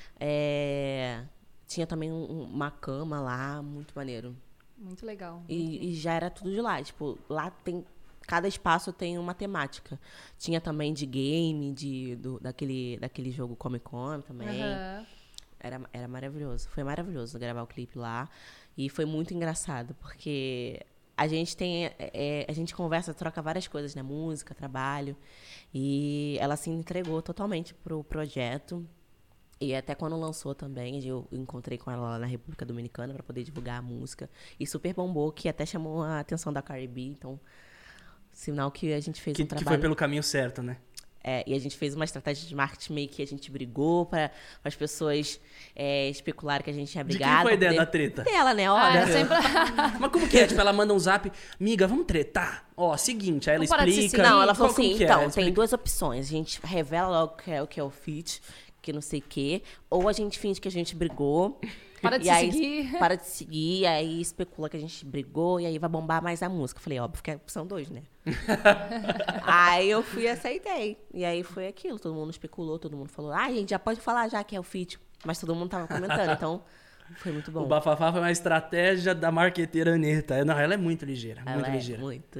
Tinha também uma cama lá, muito maneiro. Muito legal. E já era tudo de lá. Tipo, lá tem... Cada espaço tem uma temática. Tinha também de game, daquele jogo Comic Con também. Aham. Era maravilhoso. Foi maravilhoso gravar o clipe lá. E foi muito engraçado, porque a gente a gente conversa, troca várias coisas, né? Música, trabalho. E ela se entregou totalmente pro projeto. E até quando lançou também, eu encontrei com ela lá na República Dominicana para poder divulgar a música. E super bombou, que até chamou a atenção da Cardi B. Então, sinal que a gente fez um trabalho... Que foi pelo caminho certo, né? E a gente fez uma estratégia de marketing meio que a gente brigou para as pessoas especularem que a gente tinha brigado. De quem foi a ideia da treta? Dela, né? Ah, Olha, é sempre... Mas como que é? Tipo, ela manda um zap, miga, vamos tretar. Ó, seguinte, aí ela Vamos parar de se explica. Não, ela falou Como assim, que é? então, Ela tem explica. duas opções. A gente revela logo o que é o feat, que não sei o quê, ou a gente finge que a gente brigou. Para de e se aí, seguir. Para de seguir, aí especula que a gente brigou, e aí vai bombar mais a música. Falei, óbvio que é opção 2, né? Aí eu fui e aceitei. E aí foi aquilo, todo mundo especulou, todo mundo falou, a gente já pode falar já que é o feat. Mas todo mundo tava comentando, então foi muito bom. O bafafá foi uma estratégia da marqueteira Anitta. Não, ela é muito ligeira, muito Ela ligeira. muito.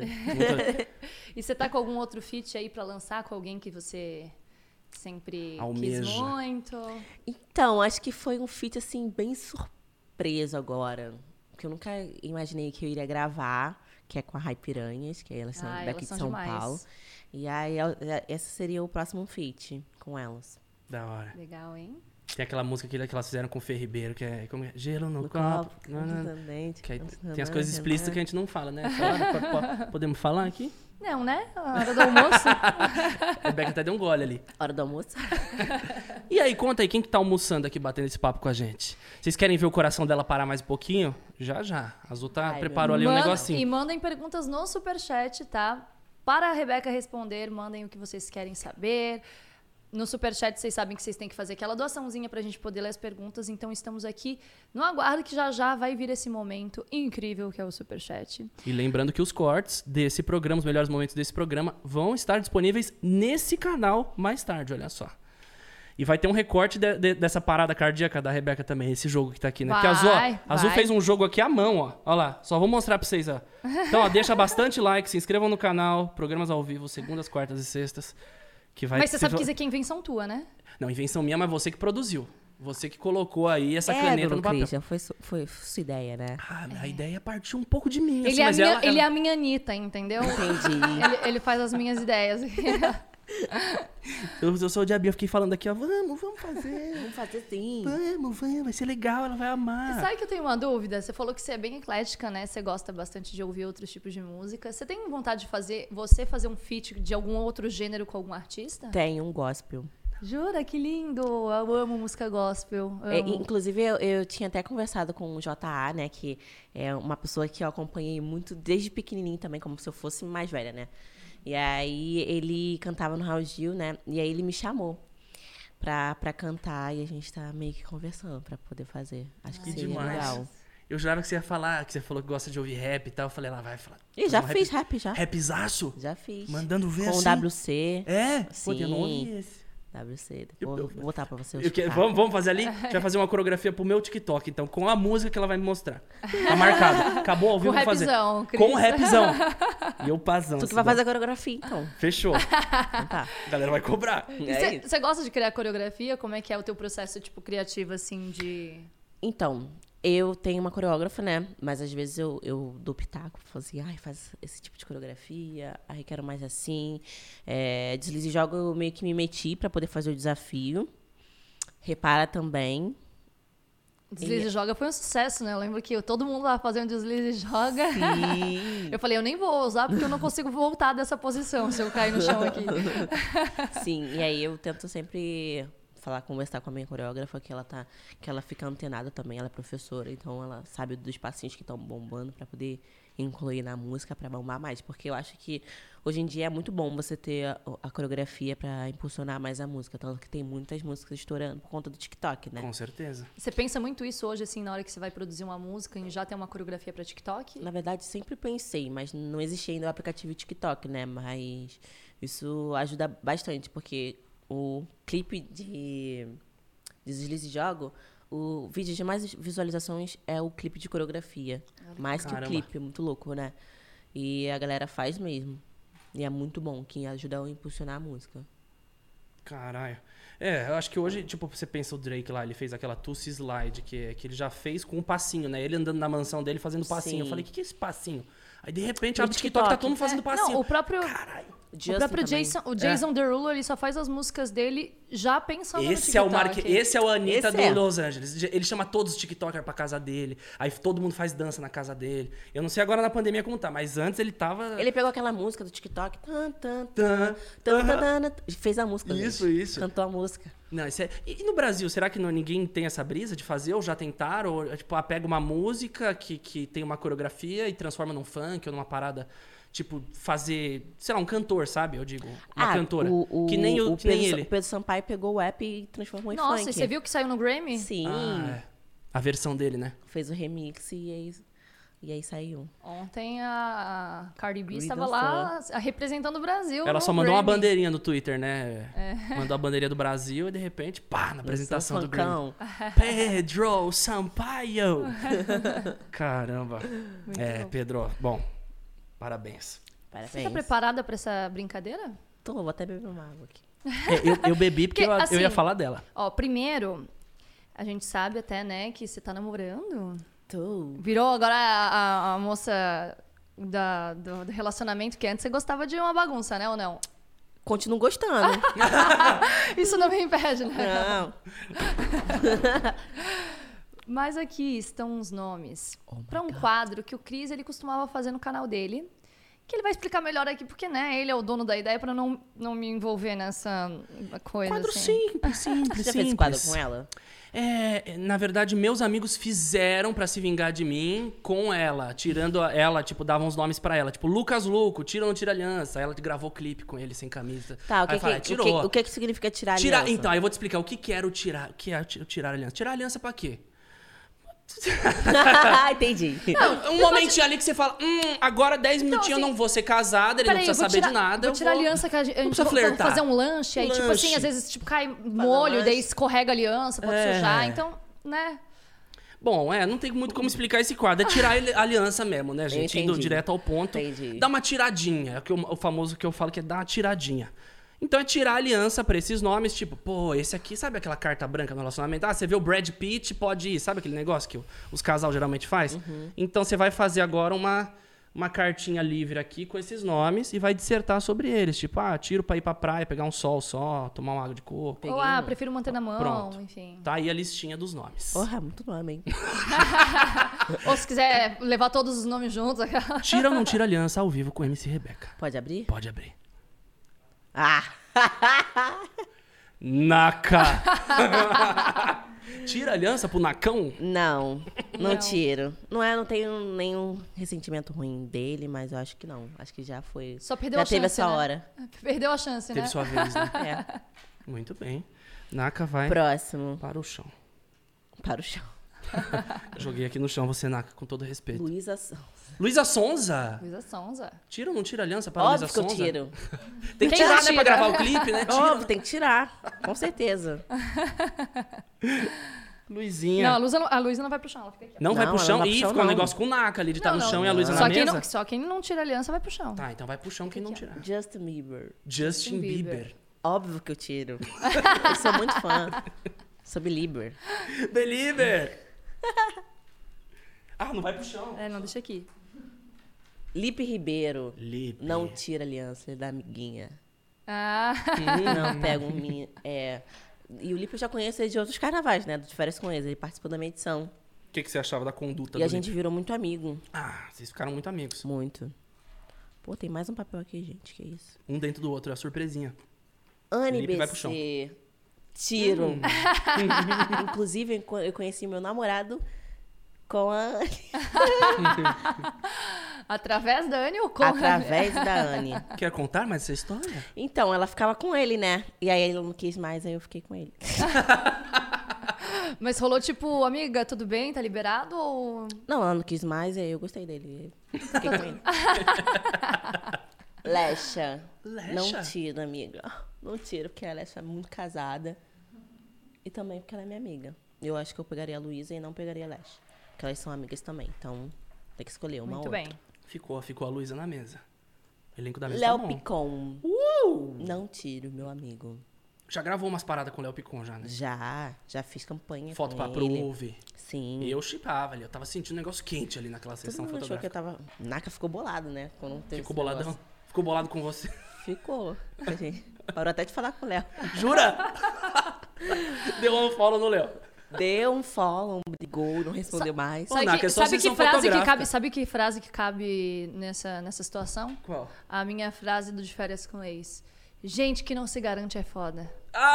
E você tá com algum outro feat aí pra lançar com alguém que você sempre Almeja. quis muito? Então, acho que foi um feat, assim, bem surpreso agora. Que eu nunca imaginei que eu iria gravar, que é com a Rai Piranhas, que elas são Ah, daqui elas de são São demais. Paulo. E aí, esse seria o próximo feat com elas. Da hora. Legal, hein? Tem aquela música que elas fizeram com o Fer Ribeiro, que é, como é? Gelo no copo. Não, não. Exatamente. Que aí tem as coisas explícitas que a gente não fala, né? Podemos falar aqui? Não, né? A hora do almoço. A Rebeca até deu um gole ali. Hora do almoço. E aí, conta aí, quem que tá almoçando aqui, batendo esse papo com a gente? Vocês querem ver o coração dela parar mais um pouquinho? Já, já. A Azul Ai, preparou ali meu um E negocinho. mandem perguntas no Superchat, tá? Para a Rebeca responder, mandem o que vocês querem saber. No Superchat, vocês sabem que vocês têm que fazer aquela doaçãozinha pra gente poder ler as perguntas. Então, estamos aqui no aguardo que já já vai vir esse momento incrível que é o Superchat. E lembrando que os cortes desse programa, os melhores momentos desse programa, vão estar disponíveis nesse canal mais tarde, olha só. E vai ter um recorte dessa parada cardíaca da Rebeca também, esse jogo que tá aqui, né? Porque a Azul vai. fez um jogo aqui à mão, ó. Olha lá, só vou mostrar pra vocês, ó. Então, ó, deixa bastante like, se inscrevam no canal, programas ao vivo, segundas, quartas e sextas. Que vai Mas você sabe que isso aqui é invenção tua, né? Não, invenção minha, mas você que produziu. Você que colocou aí essa Dona caneta no papel. Christian, foi sua ideia, né? Ah, a ideia partiu um pouco de mim. Ele, assim, é, a mas minha, ele é a minha Anitta, entendeu? Entendi. ele faz as minhas ideias. Eu sou o diabinho, eu fiquei falando aqui, ó. Vamos fazer. Vamos fazer sim. Vamos, vai ser legal, ela vai amar. Sabe que eu tenho uma dúvida? Você falou que você é bem eclética, né? Você gosta bastante de ouvir outros tipos de música. Você tem vontade de fazer um feat de algum outro gênero com algum artista? Tem um gospel. Jura? Que lindo! Eu amo música gospel. Amo. Inclusive, eu tinha até conversado com o J.A., né? Que é uma pessoa que eu acompanhei muito desde pequenininho também, como se eu fosse mais velha, né? E aí, ele cantava no Raul Gil, né? E aí, ele me chamou pra cantar e a gente tá meio que conversando pra poder fazer. Acho que Que seria demais. legal. Eu jurava que você ia falar, que você falou que gosta de ouvir rap e tal. Eu falei, ela vai falar. E já fazer um fiz rap, já. Rapzaço? Já fiz. Mandando ver Com assim. o WC. É? Sim. Pô, eu não ouvi esse. WC. Vou botar pra você. Vamos fazer ali? A gente vai fazer uma coreografia pro meu TikTok, então, com a música que ela vai me mostrar. Tá marcado. Acabou ao vivo, Com vou fazer. rapzão, Cris. Com o rapzão. E eu pazão. Tu que vai fazer a coreografia, então. Fechou. Então tá. A galera vai cobrar. É isso. Você gosta de criar coreografia? Como é que é o teu processo, tipo, criativo, assim, de... Então, eu tenho uma coreógrafa, né? Mas às vezes eu dou pitaco. Falo assim, ai, faz esse tipo de coreografia. Ai, quero mais assim. Deslize e joga, eu meio que me meti pra poder fazer o desafio. Repara também. Deslize e joga foi um sucesso, né? Eu lembro que todo mundo lá fazendo deslize e joga. Sim. Eu falei, eu nem vou usar porque eu não consigo voltar dessa posição se eu cair no chão aqui. Sim, e aí eu tento sempre conversar com a minha coreógrafa, que ela fica antenada também, ela é professora, então ela sabe dos passinhos que estão bombando pra poder incluir na música pra bombar mais. Porque eu acho que hoje em dia é muito bom você ter a coreografia pra impulsionar mais a música. Tanto que tem muitas músicas estourando por conta do TikTok, né? Com certeza. Você pensa muito isso hoje, assim, na hora que você vai produzir uma música e já tem uma coreografia pra TikTok? Na verdade, sempre pensei, mas não existia ainda o aplicativo TikTok, né? Mas isso ajuda bastante, porque o clipe de Deslize e Jogo, o vídeo de mais visualizações é o clipe de coreografia. Mais que Caramba. o clipe, muito louco, né? E a galera faz mesmo. E é muito bom, que ajuda a impulsionar a música. Caralho. Eu acho que hoje, tipo, você pensa o Drake lá, ele fez aquela Tussy Slide, que ele já fez com um passinho, né? Ele andando na mansão dele fazendo passinho. Eu Sim. falei, o que é esse passinho? Aí, de repente, No abre o TikTok, tá TikTok. todo mundo fazendo passinho. Não, o próprio Justin também. Jason Derulo, ele só faz as músicas dele já pensando no Esse é o TikTok. esse é o Anitta Esse do é. Los Angeles. Ele chama todos os TikTokers pra casa dele. Aí todo mundo faz dança na casa dele. Eu não sei agora na pandemia como tá, mas antes ele tava... Ele pegou aquela música do TikTok. Fez a música. Isso, gente. isso. Cantou a música. Não, isso é... E no Brasil, será que ninguém tem essa brisa de fazer? Ou já tentaram? Ou, tipo, pega uma música que tem uma coreografia e transforma num funk ou numa parada... Tipo, fazer, sei lá, um cantor, sabe? Eu digo, uma cantora. Que nem ele. O Pedro Sampaio pegou o app e transformou em Nossa, funk. e você viu que saiu no Grammy? Sim. A versão dele, né? Fez o remix e aí saiu. Ontem a Cardi B Luísa estava lá representando o Brasil. Ela no só mandou uma Grammy. bandeirinha no Twitter, né? Mandou a bandeirinha do Brasil e de repente, pá, na apresentação do Grammy. Pedro Sampaio! Caramba. Muito bom. Pedro, bom, parabéns. Parabéns. Você tá preparada pra essa brincadeira? Tô, vou até beber uma água aqui. Eu bebi porque Porque, eu ia assim, falar dela. Ó, primeiro, a gente sabe até, né, que você tá namorando. Tô. Virou agora a moça do relacionamento, que antes você gostava de uma bagunça, né, ou não? Continuo gostando. Isso não me impede, né? Não. Mas aqui estão os nomes Oh my para um God. quadro que o Cris ele costumava fazer no canal dele, que ele vai explicar melhor aqui, porque, né, ele é o dono da ideia para não me envolver nessa coisa. Quadro assim. simples. Você já fez esse quadro com ela? Na verdade, meus amigos fizeram pra se vingar de mim com ela, tirando ela, tipo, davam os nomes pra ela, tipo, Lucas Luco, tira ou não tira aliança. Aí ela gravou clipe com ele sem camisa. Tá, Aí eu falei, tirou. o que significa tirar a aliança? Então, aí eu vou te explicar o que era o tirar, tirar aliança. Tirar aliança pra quê? Entendi. Um momentinho ali que você fala, agora 10 minutinhos eu assim, não vou ser casada, ele não Peraí, precisa eu vou saber tirar, de nada. Vou tirar a aliança que a gente precisa vou flertar. fazer um lanche, aí, tipo assim, Lanche. às vezes, tipo, cai molho, lanche. daí escorrega a aliança, pode sujar, então, né? Bom, não tem muito como explicar esse quadro. É tirar a aliança mesmo, né, gente? Indo Entendi. direto ao ponto. Entendi. Dá uma tiradinha. É o famoso que eu falo que é dar uma tiradinha. Então é tirar a aliança pra esses nomes, tipo, pô, esse aqui, sabe aquela carta branca no relacionamento? Ah, você vê o Brad Pitt, pode ir. Sabe aquele negócio que os casal geralmente faz? Então você vai fazer agora uma cartinha livre aqui com esses nomes e vai dissertar sobre eles. Tipo, tiro pra ir pra praia, pegar um sol só, tomar uma água de coco. Peguei Ou, um. prefiro manter na mão, Pronto. enfim. Tá aí a listinha dos nomes. Porra, muito nome, hein? Ou se quiser levar todos os nomes juntos. Tira ou não tira aliança ao vivo com MC Rebeca? Pode abrir? Pode abrir. Ah! Naca! Tira a aliança pro Nacão? Não Não. tiro. Não tenho nenhum ressentimento ruim dele, mas eu acho que não. Acho que já foi. Só perdeu já a chance, teve essa né? hora. Perdeu a chance, Teve né? sua vez, né? É. Muito bem. Naka vai Próximo. para o chão. Para o chão. Joguei aqui no chão você, Naka, com todo respeito. Luísa Sonza. Luísa Sonza? Luísa Sonza. Tira ou não tira aliança para Óbvio Luísa que eu Sonza? tiro. Tem que Quem tirar, não né, pra tira? gravar o clipe, né? Tira. Óbvio, tem que tirar. Com certeza. Luizinha. Não, a Luísa não vai pro chão, ela fica aqui. ó. Não vai Não, pro ela chão? não vai pro Ih, chão, ficou um não. negócio com o Naka ali de estar no chão e a Luísa Só na quem, mesa? só quem não tira aliança vai pro chão. Tá, então vai pro chão quem não tirar. Justin Bieber. Justin Bieber. Óbvio que eu tiro. Eu sou muito fã. Sou belieber. Belieber! Não vai pro chão. Não, deixa aqui. Lipe Ribeiro. Lipe. Não tira aliança, ele é da amiguinha. Ah, Não pega um minha. E o Lipe eu já conheço ele de outros carnavais, né? De férias com eles. Ele participou da minha edição. O que você achava da conduta E do a gente Lipe? virou muito amigo. Vocês ficaram muito amigos. Muito. Pô, tem mais um papel aqui, gente. Que isso? Um dentro do outro, é a surpresinha. Anne Lipe vai pro chão. BC. Tiro. Inclusive, eu conheci meu namorado com a... Através da Anne ou com Através da Anne. Quer contar mais essa história? Então, ela ficava com ele, né? E aí ele não quis mais, aí eu fiquei com ele. Mas rolou tipo, amiga, tudo bem? Tá liberado ou... Não, ela não quis mais, aí eu gostei dele. Fiquei com ele. Lecha. Não tiro, amiga. Não tiro, porque a Lecha é muito casada. E também porque ela é minha amiga. Eu acho que eu pegaria a Luísa e não pegaria a Lecha. Porque elas são amigas também, então tem que escolher uma ou Muito outra. bem. Ficou a Luísa na mesa. O elenco da mesa Léo tá bom. Picon. Não tiro, meu amigo. Já gravou umas paradas com o Léo Picon já, né? Já fiz campanha Foto com pra ele. Prove. Sim. E eu chipava ali. Eu tava sentindo um negócio quente ali naquela Todo sessão mundo achou que fotográfica. eu tava... Naka ficou bolado, né? Quando teve Ficou esse boladão? negócio. Ficou bolado com você? Ficou. A gente parou até de falar com o Léo. Jura? Deu um follow no Léo. Deu um follow, brigou, não respondeu mais. Ô, Naka, é só sabe que sessão frase que fotográfica. cabe, sabe que frase que cabe nessa situação? Qual? A minha frase do De Férias com Ex. Gente que não se garante é foda.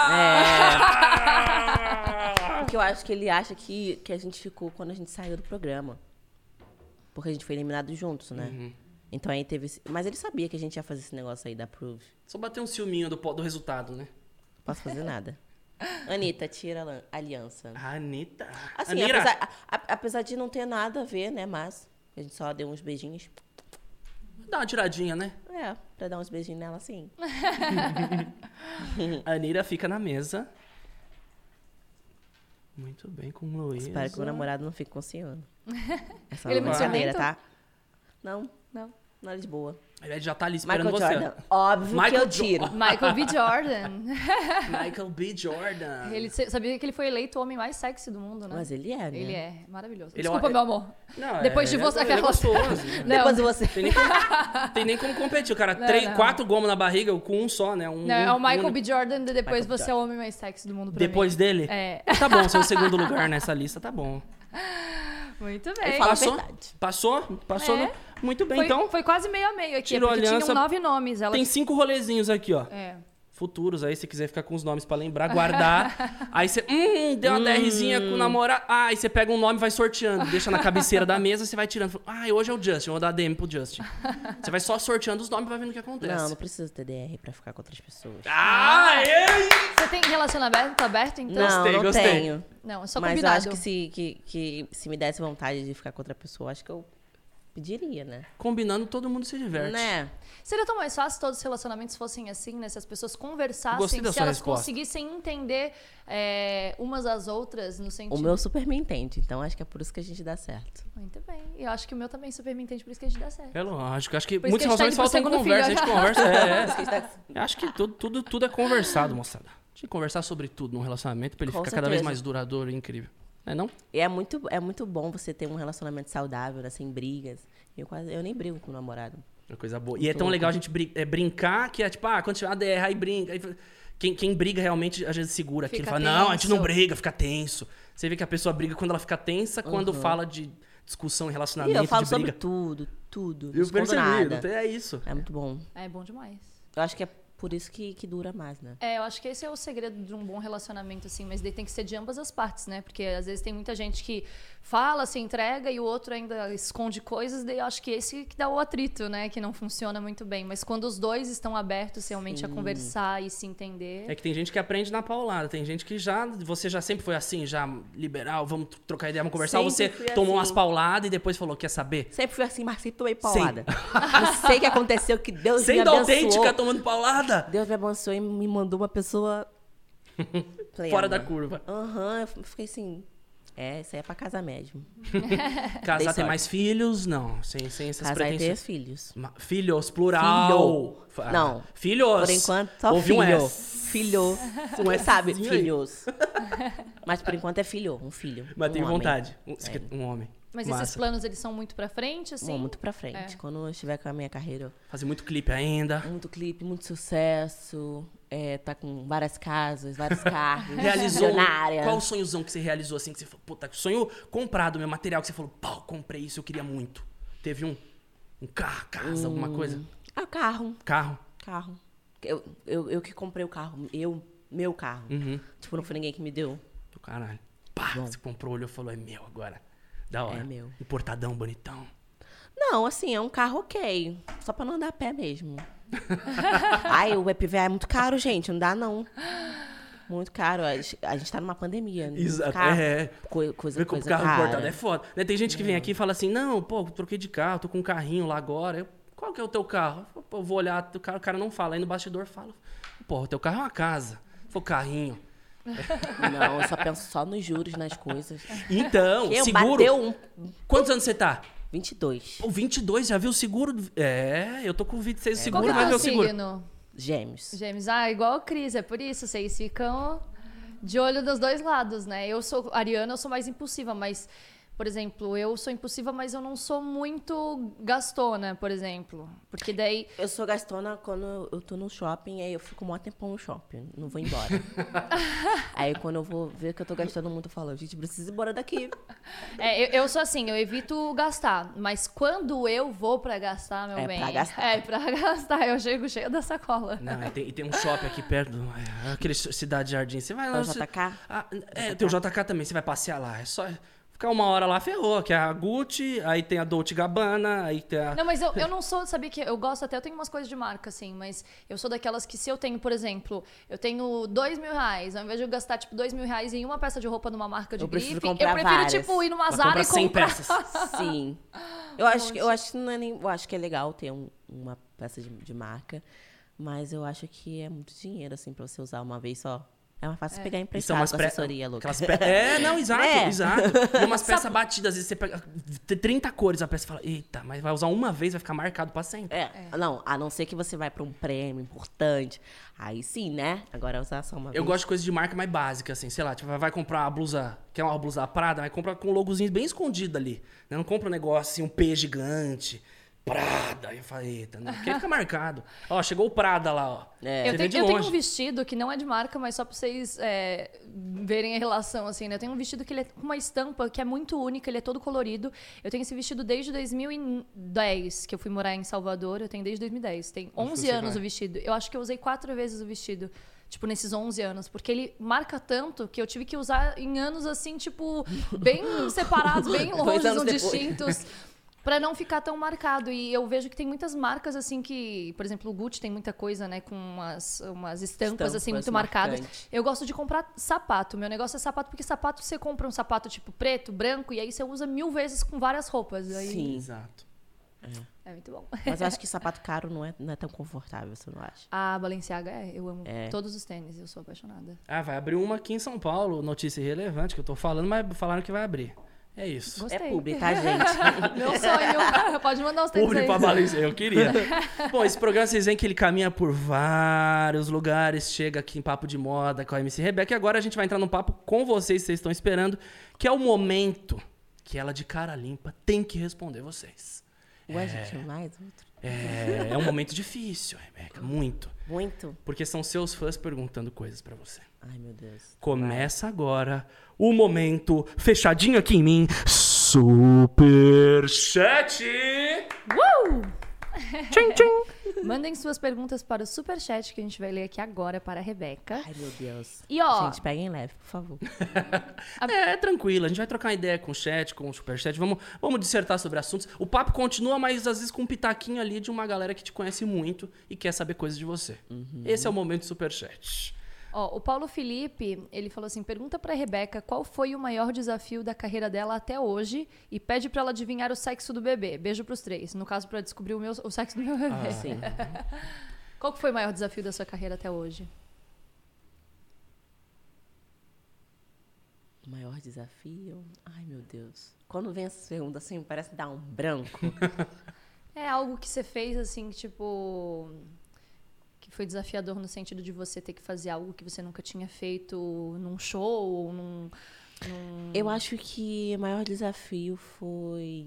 Porque eu acho que ele acha que a gente ficou quando a gente saiu do programa. Porque a gente foi eliminado juntos, né? Uhum. Então aí teve... Mas ele sabia que a gente ia fazer esse negócio aí da Prove. Só bater um ciúminho do resultado, né? Não posso fazer nada. Anitta, tira a aliança. A Anitta. Assim, Anira. apesar de não ter nada a ver, né? Mas a gente só deu uns beijinhos. Dá uma tiradinha, né? É, pra dar uns beijinhos nela, sim. A Anira fica na mesa. Muito bem, com o Luiz. Espero que o meu namorado não fique com ciúme. Essa Ele é é muito brincadeira, ciumento? tá? Não, nada de boa. Ele já tá ali esperando Michael você. Jordan, óbvio Michael que eu tiro. Michael B. Jordan. Michael B. Jordan. Ele sabia que ele foi eleito o homem mais sexy do mundo, né? Mas ele é, né? Ele é maravilhoso. Ele é Desculpa, um- meu amor. Não, Depois de você, ele é aquela- gostoso. Não. Depois de você. Tem nem como competir. O cara, Não. 4 gomos na barriga com um só, né? Não, é o Michael um- B. Jordan, e depois Michael você é o homem mais sexy do mundo pra Depois mim. dele? É. Tá bom, seu segundo lugar nessa lista, tá bom. Muito Ele bem. fala a Passou? verdade. Passou? É. Muito bem, Foi, então. foi quase meio a meio aqui, Tirou porque aliança. tinham 9 nomes. Ela... Tem 5 rolezinhos aqui, ó. É. Futuros aí, se quiser ficar com os nomes pra lembrar, guardar. Aí você, deu uma DRzinha com o namorado. Ah, aí você pega um nome e vai sorteando. Deixa na cabeceira da mesa, você vai tirando. Ah, hoje é o Justin, eu vou dar DM pro Justin. Você vai só sorteando os nomes pra ver o que acontece. Não precisa ter DR pra ficar com outras pessoas. Ah, ei! Você tem relacionamento aberto, então? Não gostei. tenho. Não, é só Mas eu combinado. acho que se me desse vontade de ficar com outra pessoa, acho que eu pediria, né? Combinando, todo mundo se diverte. Né? Seria tão mais fácil se todos os relacionamentos fossem assim, né? Se as pessoas Gostei conversassem, da se sua elas resposta. conseguissem entender umas às outras no sentido... O meu super me entende, então acho que é por isso que a gente dá certo. Muito bem. E eu acho que o meu também super me entende, por isso que a gente dá certo. É lógico. Acho que Por isso muitos que a gente tá relacionamentos indo pro faltam segundo conversa. filho. A gente conversa. Por isso que a gente tá- Eu acho que tudo é conversado, moçada. A gente tem que conversar sobre tudo num relacionamento pra ele Com ficar cada vez certeza. mais duradouro e incrível. Não? E é muito bom você ter um relacionamento saudável, né, sem brigas. Eu nem brigo com o namorado. É coisa boa. E é tão legal a gente brincar que é tipo, quando tiver uma DR, aí brinca. Aí, quem briga realmente, às vezes, segura aquilo. Fica Fala, não, a gente não tenso. briga, fica tenso. Você vê que a pessoa briga quando ela fica tensa, quando fala de discussão em E relacionamento, eu falo de sobre briga. tudo. Não Eu escondo percebi, nada. é isso. É muito bom. É bom demais. Eu acho que é por isso que dura mais, né? Eu acho que esse é o segredo de um bom relacionamento, assim, mas daí tem que ser de ambas as partes, né? Porque às vezes tem muita gente que fala, se entrega e o outro ainda esconde coisas, daí eu acho que esse que dá o atrito, né? Que não funciona muito bem. Mas quando os dois estão abertos realmente a conversar e se entender. É que tem gente que aprende na paulada, tem gente que você já sempre foi assim, já liberal, vamos trocar ideia, vamos conversar, Sempre você fui tomou assim. umas pauladas e depois falou, quer saber? Sempre fui assim, mas sempre tomei paulada. Não sei o que aconteceu, que Deus me Sendo abençoou. autêntica, tomando paulada? Deus me abençoou e me mandou uma pessoa plena. Fora da curva. Aham, eu fiquei assim... isso aí é pra casar mesmo. Casar, ter sorte. mais filhos? Não, sem essas Casar e ter pretensões. filhos. Filhos, plural. Não. Filhos. Por enquanto, só Houve filho. um S. Filho. Um Quem sabe? Szinho aí. Filhos. Mas por enquanto é filho, um filho. Mas tem um homem. vontade. Um homem. Mas Massa. esses planos, eles são muito pra frente, assim? Muito pra frente. É. Quando eu estiver com a minha carreira, Fazer muito clipe ainda. muito clipe, muito sucesso. Tá com várias casas, vários carros. Realizou. Milionária. Qual o sonhozão que você realizou assim? Que você falou, puta, sonho comprado, meu material, que você falou, pau, comprei isso, eu queria muito. Teve um carro, casa, alguma coisa? Carro. Carro. Eu que comprei o carro. Meu carro. Uhum. Tipo, não foi ninguém que me deu. Do caralho. Pá, você comprou, olhou e falou, é meu agora. Da hora. É meu. Importadão, bonitão. Não, assim, é um carro ok. Só pra não andar a pé mesmo. Ai, o IPVA é muito caro, gente. Não dá, não. Muito caro. A gente tá numa pandemia. Exato. Carro, Coisa coisa carro cara. importado é foda. Né, tem gente que vem aqui e fala assim, não, pô, troquei de carro, tô com um carrinho lá agora. Qual que é o teu carro? Eu vou olhar, o cara não fala. Aí no bastidor fala, pô, o teu carro é uma casa. Foi carrinho. Não, eu só penso só nos juros, nas coisas. Então, Eu seguro... bateu Quantos anos você tá? 22. O 22, já viu o seguro? Eu tô com 26 Qual seguro, que é vai o ver o teu seguro. signo? Gêmeos. Gêmeos. Ah, igual a Cris, é por isso. Vocês ficam de olho dos dois lados, né? Eu sou ariana, eu sou mais impulsiva, mas... Por exemplo, eu sou impulsiva, mas eu não sou muito gastona, por exemplo. Porque daí... Eu sou gastona quando eu tô no shopping, aí eu fico um tempão no shopping, não vou embora. Aí quando eu vou ver que eu tô gastando muito, eu falo, gente, preciso ir embora daqui. Eu sou assim, eu evito gastar. Mas quando eu vou pra gastar, meu bem... pra gastar. É, pra gastar. Eu chego cheia da sacola. Não, e tem um shopping aqui perto, aquele Cidade Jardim. Você vai lá... É o JK? Tem o JK também, você vai passear lá. É só... Ficar uma hora lá, ferrou. Que é a Gucci, aí tem a Dolce & Gabbana, aí tem a... Não, mas eu não sou, sabia que eu gosto até, eu tenho umas coisas de marca, assim, mas eu sou daquelas que se eu tenho, por exemplo, eu tenho R$2.000, ao invés de eu gastar, tipo, R$2.000 em uma peça de roupa numa marca de grife, eu prefiro, várias. tipo, ir numa Ela Zara compra e 100 comprar. peças. Sim. Eu acho que não é nem... Eu acho que é legal ter uma peça de marca, mas eu acho que é muito dinheiro, assim, pra você usar uma vez só. É mais fácil pegar emprestado com assessoria, Lucas. Não, exato. E umas peças batidas, às vezes você pega 30 cores a peça e fala, eita, mas vai usar uma vez, vai ficar marcado pra sempre. Não, a não ser que você vai pra um prêmio importante. Aí sim, né? Agora usar só uma vez. Eu gosto de coisas de marca mais básica, assim, sei lá, tipo, vai comprar uma blusa, quer uma blusa Prada, vai comprar com um logozinho bem escondido ali. Né? Não compra um negócio assim, um P gigante. Prada. Aí eu falei, eita, não. Porque fica marcado. Ó, chegou o Prada lá, ó. Eu tenho um vestido que não é de marca, mas só pra vocês verem a relação, assim, né? Eu tenho um vestido que ele é com uma estampa que é muito única, ele é todo colorido. Eu tenho esse vestido desde 2010, que eu fui morar em Salvador. Eu tenho desde 2010. Tem 11 anos o vestido. Eu acho que eu usei 4 vezes o vestido. Tipo, nesses 11 anos. Porque ele marca tanto que eu tive que usar em anos, assim, tipo, bem separados, bem longe, distintos. Pra não ficar tão marcado. E eu vejo que tem muitas marcas, assim, que... Por exemplo, o Gucci tem muita coisa, né? Com umas estampas assim, muito marcadas. Eu gosto de comprar sapato. Meu negócio é sapato, porque sapato, você compra um sapato, tipo, preto, branco, e aí você usa 1000 vezes com várias roupas. Aí... Sim. Exato. É muito bom. Mas eu acho que sapato caro não é tão confortável, você não acha? A Balenciaga eu amo todos os tênis, eu sou apaixonada. Vai abrir uma aqui em São Paulo, notícia irrelevante que eu tô falando, mas falaram que vai abrir. É isso. Gostei. É publi, tá, gente? Meu sonho. Pode mandar os tênis Publi aí. pra Balenciaga, eu queria. Bom, esse programa vocês veem que ele caminha por vários lugares, chega aqui em Papo de Moda com a MC Rebeca, e agora a gente vai entrar num papo com vocês estão esperando, que é o momento que ela de cara limpa tem que responder vocês. Ué, gente, mais outro? É um momento difícil, Rebeca, muito. Muito? Porque são seus fãs perguntando coisas pra você. Ai, meu Deus. Começa agora o momento fechadinho aqui em mim, Superchat! Tchim, tchim. Mandem suas perguntas para o Superchat, que a gente vai ler aqui agora para a Rebeca. Ai, meu Deus. E ó... Gente, peguem leve, por favor. Tranquilo. A gente vai trocar uma ideia com o chat, com o Superchat. Vamos dissertar sobre assuntos. O papo continua, mas às vezes com um pitaquinho ali de uma galera que te conhece muito e quer saber coisas de você. Esse é o momento Superchat. Ó, o Paulo Felipe, ele falou assim, pergunta pra Rebeca qual foi o maior desafio da carreira dela até hoje e pede pra ela adivinhar o sexo do bebê. Beijo pros 3. No caso, pra descobrir o sexo do meu bebê. Sim. Qual que foi o maior desafio da sua carreira até hoje? O maior desafio? Ai, meu Deus. Quando vem essa segunda, assim, parece dar um branco. É algo que você fez, assim, tipo... que foi desafiador no sentido de você ter que fazer algo que você nunca tinha feito num show ou num... Eu acho que o maior desafio foi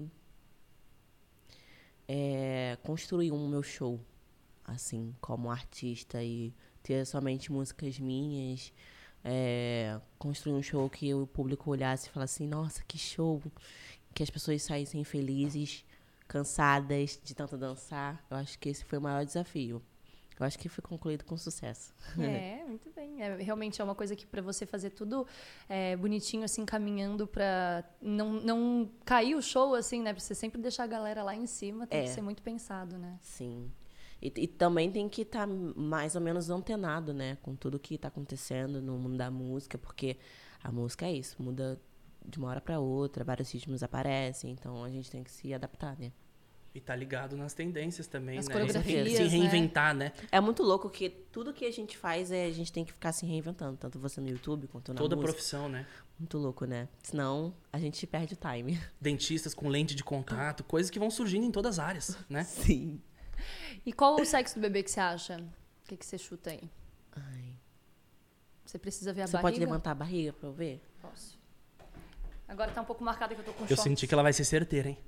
construir um meu show, assim, como artista e ter somente músicas minhas, construir um show que o público olhasse e falasse assim, nossa, que show, que as pessoas saíssem felizes, cansadas de tanto dançar. Eu acho que esse foi o maior desafio. Eu acho que foi concluído com sucesso. Muito bem. Realmente é uma coisa que pra você fazer tudo bonitinho, assim, caminhando pra não cair o show, assim, né? Pra você sempre deixar a galera lá em cima, tem que ser muito pensado, né? Sim. E também tem que estar mais ou menos antenado, né? Com tudo que tá acontecendo no mundo da música, porque a música é isso, muda de uma hora pra outra, vários ritmos aparecem, então a gente tem que se adaptar, né? E tá ligado nas tendências também, Nas né? coreografias, Se reinventar, né? É muito louco que tudo que a gente faz, a gente tem que ficar se reinventando, tanto você no YouTube quanto na Toda música. profissão, né? Muito louco, né? Senão a gente perde o time. Dentistas com lente de contato, coisas que vão surgindo em todas as áreas, né? Sim. E qual o sexo do bebê que você acha? O que você chuta aí? Ai. Você precisa ver a Você barriga? pode levantar a barriga pra eu ver? Posso. Agora tá um pouco marcada que eu tô com Eu shorts. senti que ela vai ser certeira, hein?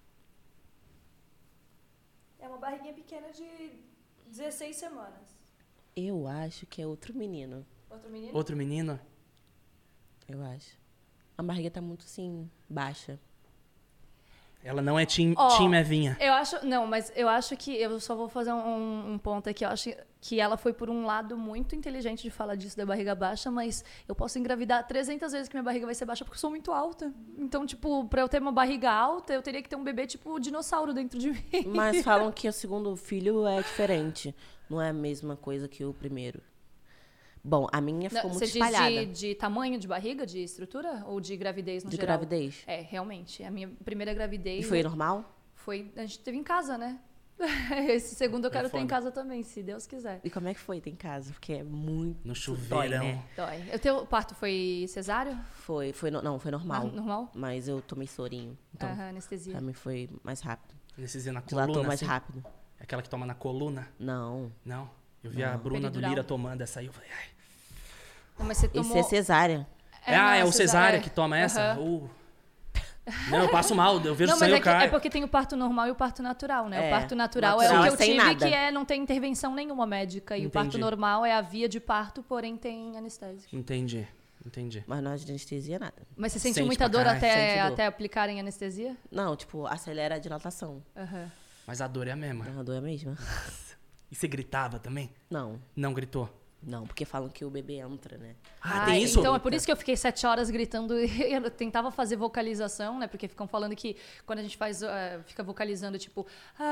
É uma barriguinha pequena de 16 semanas. Eu acho que é outro menino. Outro menino? Outro menino? Eu acho. A barriga tá muito, assim, baixa. Ela não é Tim Evinha. Eu acho... Não, mas eu acho que... Eu só vou fazer um ponto aqui. Eu acho que ela foi por um lado muito inteligente de falar disso da barriga baixa, mas eu posso engravidar 300 vezes que minha barriga vai ser baixa porque eu sou muito alta. Então, tipo, pra eu ter uma barriga alta, eu teria que ter um bebê, tipo, dinossauro dentro de mim. Mas falam que o segundo filho é diferente. Não é a mesma coisa que o primeiro. Bom, a minha ficou muito espalhada. Você diz de tamanho de barriga, de estrutura? Ou de gravidez no De geral? gravidez. É, realmente. A minha primeira gravidez... E foi normal? Foi... A gente teve em casa, né? Esse segundo eu quero ter em foda. casa também, se Deus quiser. E como é que foi ter em casa? Porque é muito... No chuveirão. Dói, né? Dói. O teu parto foi cesáreo? Não, foi normal. Normal? Mas eu tomei sorinho. Então, Anestesia. pra mim foi mais rápido. Anestesia na coluna, Dilatou mais assim? rápido. Aquela que toma na coluna? Não. Não. Eu vi a Bruna do Peridural. Lira tomando essa aí, eu falei, ai. Mas você Esse tomou... é cesárea. É o cesárea é. que toma essa? Aham. Não, eu passo mal, eu vejo Não, sangue, mas eu caio. é porque tem o parto normal e o parto natural, né? É, O parto natural é natural o que é eu sem tive, nada. que não tem intervenção nenhuma médica. E o parto Entendi. normal é a via de parto, porém tem anestésico. Entendi. Mas não é de anestesia, nada. Mas você sentiu Sente muita pra dor caralho, sente dor. até aplicarem anestesia? Não, tipo, acelera a dilatação. Aham. Mas a dor é a mesma. A dor é a mesma? E você gritava também? Não. Não gritou? Não, porque falam que o bebê entra, né? Ah, tem isso? Então é por isso que eu fiquei 7 horas gritando. Eu tentava fazer vocalização, né? Porque ficam falando que quando a gente faz, fica vocalizando, tipo,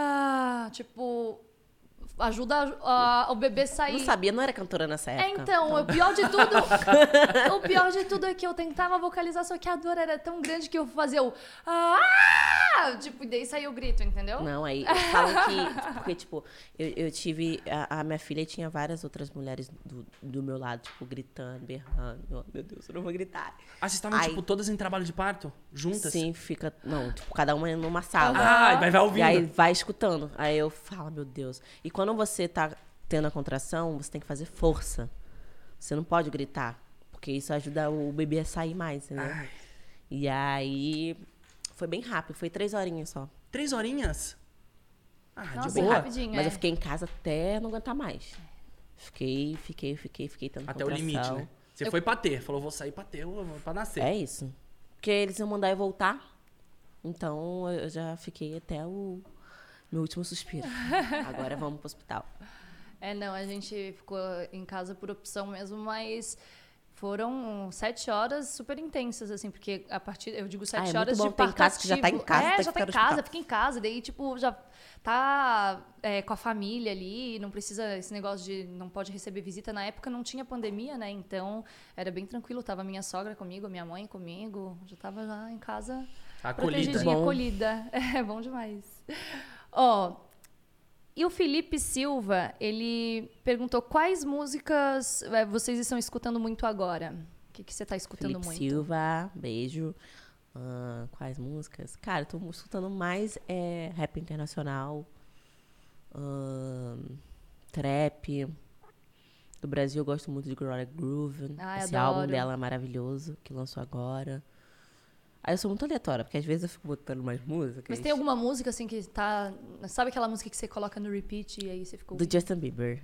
ajuda o bebê a sair. Não sabia, não era cantora nessa época. Então, o pior de tudo é que eu tentava vocalizar, só que a dor era tão grande que eu fazia tipo, e daí saiu o grito, entendeu? Não, aí falam que... Porque, tipo, eu tive... A minha filha tinha várias outras mulheres do meu lado, tipo, gritando, berrando. Oh, meu Deus, eu não vou gritar. Ah, vocês estavam, Aí- tipo, todas em trabalho de parto? Juntas? Sim, fica... Não, tipo, cada uma numa sala. Ah, e vai ouvindo. E aí vai escutando. Aí eu falo, meu Deus. E quando você tá tendo a contração, você tem que fazer força. Você não pode gritar. Porque isso ajuda o bebê a sair mais, entendeu? Ai, E aí... Foi bem rápido. Foi 3 horinhas só. 3 horinhas? Ah, Nossa, de bem boa. rapidinho, Mas eu fiquei em casa até não aguentar mais. Fiquei tendo Até o contração. limite, né? Você foi pra ter. Falou, vou sair pra ter, pra nascer. É isso. Porque eles iam mandar eu voltar. Então eu já fiquei até o meu último suspiro. Agora vamos pro hospital. Não, a gente ficou em casa por opção mesmo, mas foram 7 horas super intensas, assim, porque a partir, eu digo 7 muito horas bom. de Tem parto casa que já tá em ativo. casa, tem que já tá ficar em no casa, hospital. fica em casa, daí, tipo, já tá com a família ali, não precisa, esse negócio de não pode receber visita. Na época não tinha pandemia, né, então era bem tranquilo, tava minha sogra comigo, minha mãe comigo, já tava já em casa Acolhida. protegidinha, Bom. acolhida. É bom demais. Ó, e o Felipe Silva, ele perguntou quais músicas vocês estão escutando muito agora? O que você tá escutando Felipe muito? Silva, beijo. Quais músicas? Cara, eu tô escutando mais rap internacional. Trap. Do Brasil eu gosto muito de Gloria Groove. Ai, Esse adoro. álbum dela é maravilhoso, que lançou agora. Aí eu sou muito aleatória, porque às vezes eu fico botando mais músicas. Mas tem alguma música assim que tá... Sabe aquela música que você coloca no repeat e aí você ficou... Do Justin Bieber.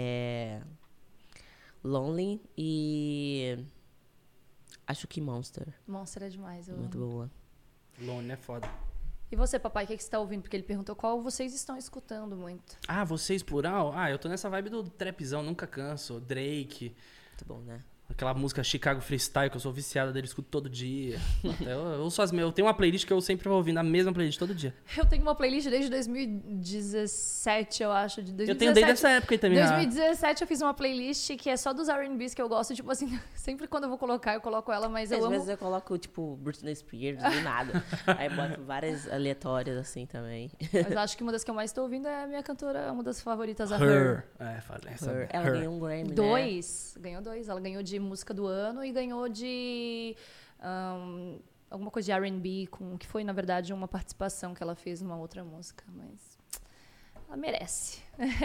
Lonely e... Acho que Monster. Monster é demais. Eu Muito amo. boa. Lone é foda. E você, papai, o que você tá ouvindo? Porque ele perguntou qual vocês estão escutando muito. Ah, vocês plural? Ah, eu tô nessa vibe do trapzão, nunca canso. Drake, Muito bom, né? aquela música Chicago Freestyle, que eu sou viciada dele, escuto todo dia. Eu ouço as eu tenho uma playlist que eu sempre vou ouvindo, a mesma playlist todo dia. Eu tenho uma playlist desde 2017, eu acho. De 2017, Eu tenho desde essa época aí também. 2017 eu fiz uma playlist que é só dos R&Bs que eu gosto. Tipo assim, sempre quando eu vou colocar, eu coloco ela, mas eu Às amo... vezes eu coloco, tipo, Britney Spears, do nada. Aí boto várias aleatórias, assim, também. Mas acho que uma das que eu mais tô ouvindo é a minha cantora, uma das favoritas, a Her. Her. É, falei. Her. Ela ganhou um Grammy, né? Ganhou 2. Ela ganhou de música do ano e ganhou de alguma coisa de R&B, que foi, na verdade, uma participação que ela fez numa outra música. Mas ela merece.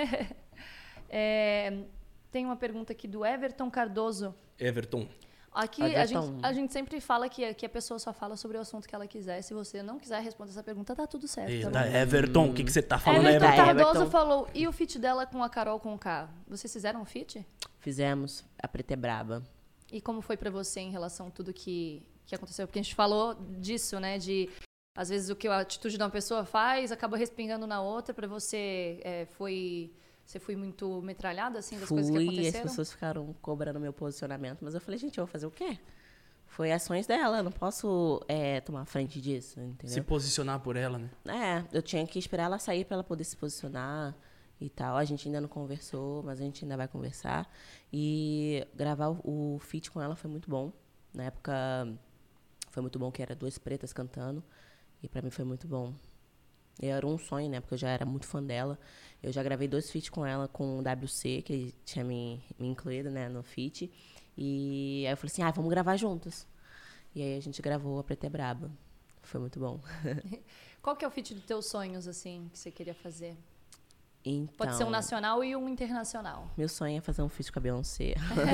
Tem uma pergunta aqui do Everton Cardoso. Everton. Aqui a gente sempre fala que a pessoa só fala sobre o assunto que ela quiser. Se você não quiser responder essa pergunta, tá tudo certo. Eita, tá bom? Everton, o que você tá falando, Everton Everton? Cardoso Everton. falou, e o feat dela com a Carol Conká? Vocês fizeram um feat? Fizemos A Preta é Braba. E como foi pra você em relação a tudo que aconteceu? Porque a gente falou disso, né? De, às vezes, o que a atitude de uma pessoa faz acaba respingando na outra. Pra você, você foi muito metralhada, assim, das coisas que E as aconteceram? pessoas ficaram cobrando meu posicionamento. Mas eu falei, gente, eu vou fazer o quê? Foi ações dela, eu não posso tomar frente disso, entendeu? Se posicionar por ela, né? Eu tinha que esperar ela sair pra ela poder se posicionar e tal. A gente ainda não conversou, mas a gente ainda vai conversar. E gravar o feat com ela foi muito bom. Na época, foi muito bom que era 2 pretas cantando. E pra mim foi muito bom. E era um sonho, né? Porque eu já era muito fã dela. Eu já gravei 2 feats com ela, com o WC, que ele tinha me incluído, né, no feat. E aí eu falei assim, vamos gravar juntos. E aí a gente gravou A Preta é Braba. Foi muito bom. Qual que é o feat dos teus sonhos, assim, que você queria fazer? Então, Pode ser um nacional e um internacional. meu sonho é fazer um feat com a Beyoncé.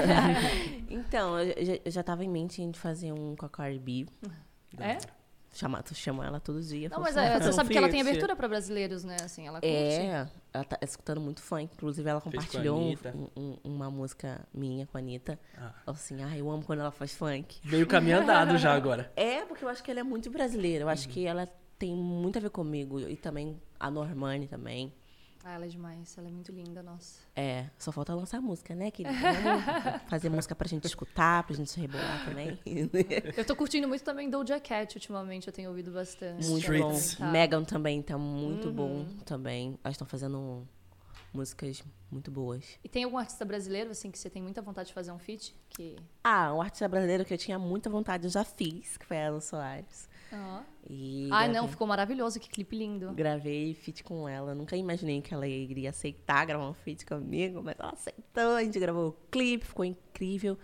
Então, eu já tava em mente em fazer um com a Cardi B. É? Tu chama ela todo dia. Não, falo mas assim, você sabe que ela tem feat. abertura pra brasileiros, né? Assim, ela curte. ela tá escutando muito funk. Inclusive, ela Fez com a compartilhou Anitta. uma música minha com a Anitta. Falou assim, eu amo quando ela faz funk. Veio o caminho andado já agora. Porque eu acho que ela é muito brasileira. Eu acho que ela tem muito a ver comigo. E também a Normani também. Ela é demais. Ela é muito linda, nossa. Só falta lançar música, né, querida? Vamos fazer música pra gente escutar, pra gente se rebolar também. Eu tô curtindo muito também Doja Cat ultimamente. Eu tenho ouvido bastante. Muito Streets. bom. Megan também tá muito bom também. Elas estão fazendo músicas muito boas. E tem algum artista brasileiro, assim, que você tem muita vontade de fazer um feat? Um artista brasileiro que eu tinha muita vontade, eu já fiz, que foi a Ela Soares. E Não, ficou maravilhoso, que clipe lindo. gravei feat com ela. Nunca imaginei que ela iria aceitar gravar um feat comigo, mas ela aceitou. A gente gravou o clipe, ficou incrível.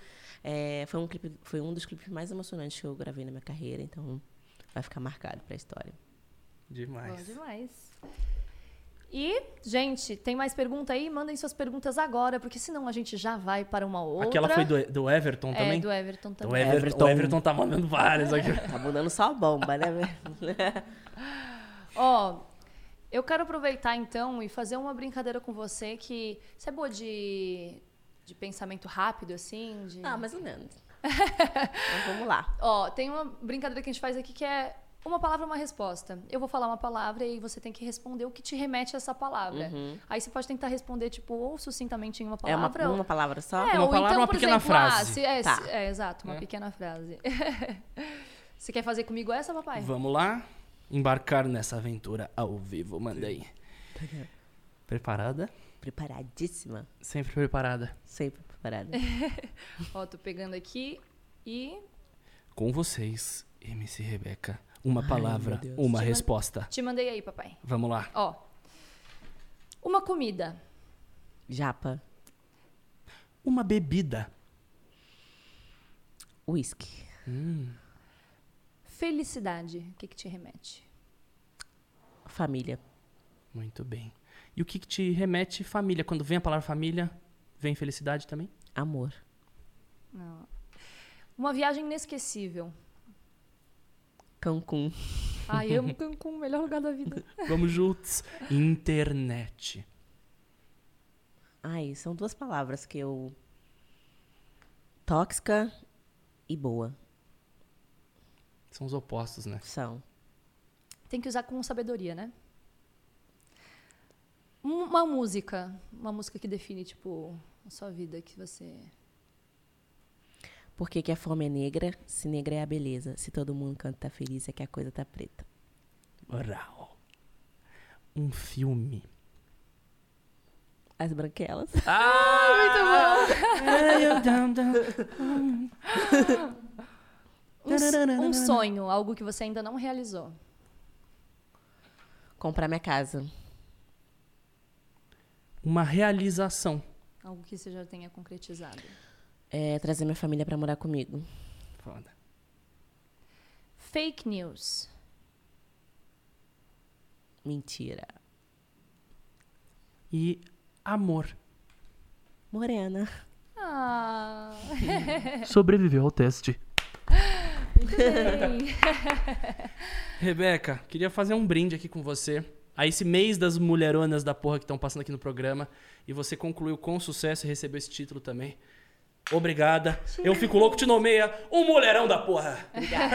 Foi um dos clipes mais emocionantes que eu gravei na minha carreira, então vai ficar marcado pra história. Demais. Bom demais. E, gente, tem mais pergunta aí? Mandem suas perguntas agora, porque senão a gente já vai para uma outra. Aquela foi do Everton também? Do Everton O também. Everton. O Everton tá mandando várias aqui. Tá mandando só bomba, né? Eu quero aproveitar então e fazer uma brincadeira com você que... Você é boa de pensamento rápido, assim? Mais ou menos. Mas vamos lá. Tem uma brincadeira que a gente faz aqui que é uma palavra, uma resposta. Eu vou falar uma palavra e você tem que responder o que te remete a essa palavra. Aí você pode tentar responder, tipo, ou sucintamente em uma palavra. Uma palavra só? Uma palavra, uma por pequena exemplo, frase. Exato, uma pequena frase. Você quer fazer comigo essa, papai? Vamos lá embarcar nessa aventura ao vivo. Manda aí. Preparada? Preparadíssima. Sempre preparada. Sempre preparada. Tô pegando aqui e... Com vocês, MC Rebeca. Uma palavra, meu Deus. uma resposta. Te mandei aí, papai. Vamos lá. Uma comida. Japa. Uma bebida. Whisky. Felicidade. O que te remete? Família. Muito bem. E o que te remete família? Quando vem a palavra família, vem felicidade também? Amor. Não. Uma viagem inesquecível. Cancún. Ai, amo Cancún, melhor lugar da vida. Vamos juntos. Internet. São 2 palavras que eu... Tóxica e boa. São os opostos, né? São. tem que usar com sabedoria, né? Uma música que define, tipo, a sua vida, que você... Por que a fome é negra? Se negra é a beleza. Se todo mundo canta tá feliz, é que a coisa tá preta. Uau. Um filme. As Branquelas. Um sonho, algo que você ainda não realizou. Comprar minha casa. Uma realização. Algo que você já tenha concretizado. Trazer minha família pra morar comigo. Foda. Fake news. Mentira. E amor. Morena. Ah, Sobreviveu ao teste. muito bem. Rebeca, queria fazer um brinde aqui com você. A esse mês das mulheronas da porra que estão passando aqui no programa. E você concluiu com sucesso e recebeu esse título também. Obrigada. Eu fico louco, te nomeia um mulherão da porra. Obrigada.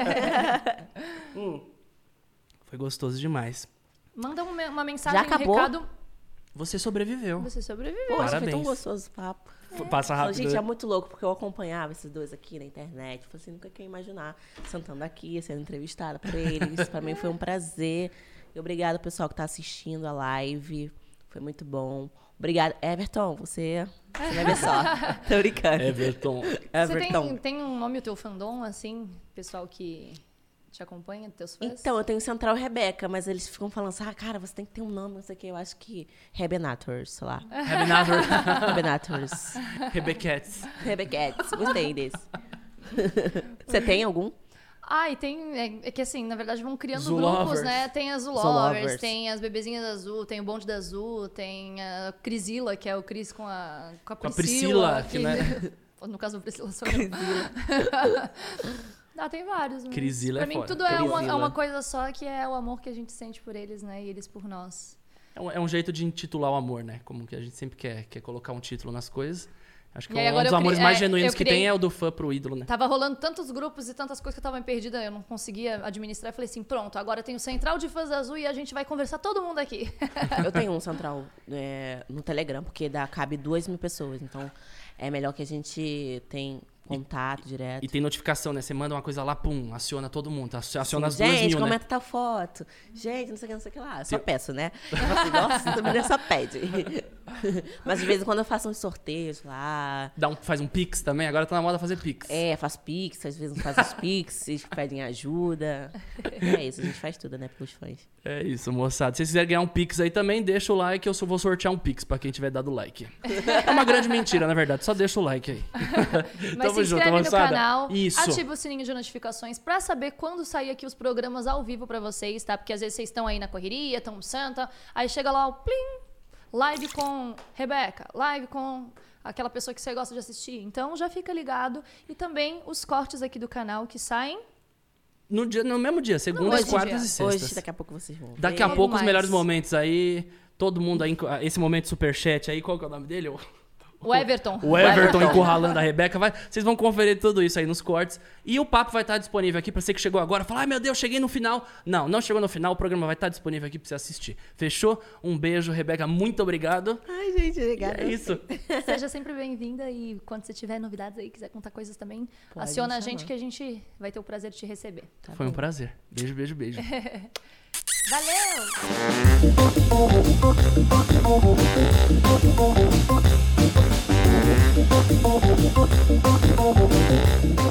Foi gostoso demais. Manda uma mensagem, Já acabou? um recado. Você sobreviveu. Você sobreviveu. Poxa, foi Parabéns. tão gostoso o papo. Passa rápido. Gente, é muito louco, porque eu acompanhava esses dois aqui na internet. Falei assim, nunca queria imaginar sentando aqui, sendo entrevistada por eles. Pra mim foi um prazer. E obrigada, pessoal, que tá assistindo a live. Foi muito bom. Obrigada. Everton, você vai ver só. Tô brincando. Everton. Você tem um nome, o teu fandom, assim, pessoal que te acompanha, teus fãs? Então, eu tenho Central Rebeca, mas eles ficam falando assim, cara, você tem que ter um nome, não sei o quê. Eu acho que Rebenators, sei lá. Rebenators. Rebequettes. Rebequettes, gostei desse. Você tem algum? E tem... É que assim, na verdade, vão criando Zulovers. grupos, né? Tem as Zulovers, Zulovers. tem as Bebezinhas Azul, tem o Bonde da Azul, tem a Crisila, que é o Cris com a Priscila. Que, né? No caso, a Priscila sou eu. Tem vários. Mas Crisila pra é mim, foda. tudo é Crisila. uma coisa só, que é o amor que a gente sente por eles, né? E eles por nós. É um jeito de intitular o amor, né? Como que a gente sempre quer colocar um título nas coisas. Acho que E aí, um agora dos eu amores criei- mais é, genuínos eu que criei- tem é o do fã pro ídolo, né? Tava rolando tantos grupos e tantas coisas que eu tava perdida, eu não conseguia administrar. Eu falei assim, pronto, agora tem o Central de Fãs Azul e a gente vai conversar todo mundo aqui. Eu tenho um Central no Telegram, porque cabe 2.000 pessoas. Então, é melhor que a gente tenha contato direto. E tem notificação, né? Você manda uma coisa lá, pum, aciona todo mundo. Aciona as Gente, 2.000, né? comenta tal foto. Gente, não sei o que lá. Eu só peço, né? Eu falo assim, nossa, essa mulher só pede. Mas de vez em quando eu faço uns sorteios lá. Faz um pix também? Agora tá na moda fazer pix. Faço pix, às vezes faz os pix, eles pedem ajuda. É isso, a gente faz tudo, né, pelos fãs. É isso, moçada. Se vocês quiserem ganhar um pix aí também, deixa o like, eu só vou sortear um pix pra quem tiver dado like. É uma grande mentira, na verdade. Só deixa o like aí. Mas Tamo se junto, inscreve no moçada. canal, Isso. ativa o sininho de notificações pra saber quando sair aqui os programas ao vivo pra vocês, tá? Porque às vezes vocês estão aí na correria, estão no santa, aí chega lá o plim, live com Rebeca, live com aquela pessoa que você gosta de assistir. Então já fica ligado. E também os cortes aqui do canal que saem. No mesmo dia, segundas, hoje, quartas e sextas. Hoje, daqui a pouco vocês vão ver. Daqui a Logo pouco os mais. melhores momentos aí. Todo mundo aí, esse momento superchat aí, qual que é o nome dele? O Everton. O Everton encurralando a Rebeca. Vocês vão conferir tudo isso aí nos cortes. E o papo vai estar disponível aqui pra você que chegou agora. Fala, ai meu Deus, cheguei no final. Não chegou no final. O programa vai estar disponível aqui pra você assistir. Fechou? Um beijo, Rebeca. Muito obrigado. Ai, gente, obrigada. É isso. Seja sempre bem-vinda e quando você tiver novidades aí, quiser contar coisas também, Pode aciona me a gente chamar. que a gente vai ter o prazer de te receber. Tá Foi um bom. prazer. Beijo, beijo, beijo. Valeu!